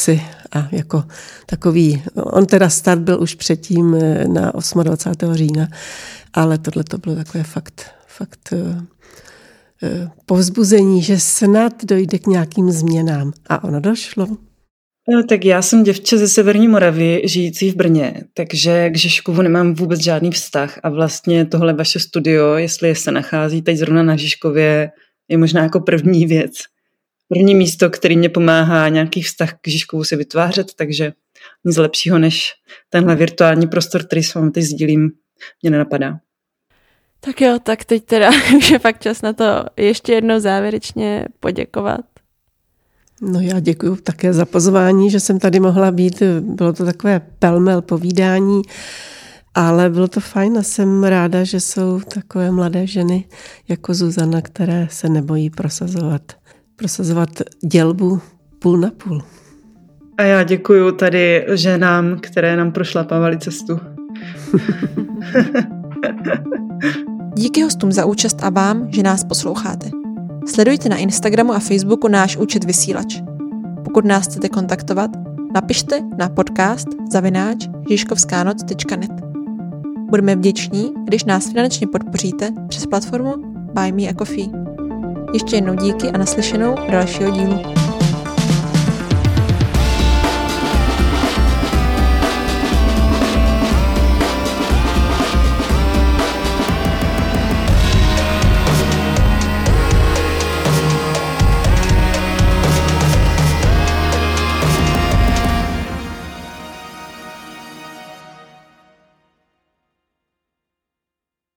A jako takový, on teda start byl už předtím na 28. října, ale tohle to bylo takové fakt povzbuzení, že snad dojde k nějakým změnám. A ono došlo. No, tak já jsem děvče ze Severní Moravy, žijící v Brně, takže k Žižkovu nemám vůbec žádný vztah a vlastně tohle vaše studio, jestli se nachází teď zrovna na Žižkově, je možná jako první věc. První místo, který mě pomáhá nějaký vztah k Žižkovu si vytvářet, takže nic lepšího než tenhle virtuální prostor, který s vámi teď sdílím, mě nenapadá. Tak jo, tak teď teda už je fakt čas na to ještě jednou závěrečně poděkovat. No já děkuju také za pozvání, že jsem tady mohla být. Bylo to takové pelmel povídání, ale bylo to fajn a jsem ráda, že jsou takové mladé ženy jako Zuzana, které se nebojí prosazovat dělbu půl na půl. A já děkuju tady ženám, které nám prošlapávaly cestu. Díky hostům za účast a vám, že nás posloucháte. Sledujte na Instagramu a Facebooku náš účet Vysílač. Pokud nás chcete kontaktovat, napište na podcast@žižkovskanoc.net. Budeme vděční, když nás finančně podpoříte přes platformu Buy Me a Coffee. Ještě jednou díky a naslyšenou u dalšího dílu.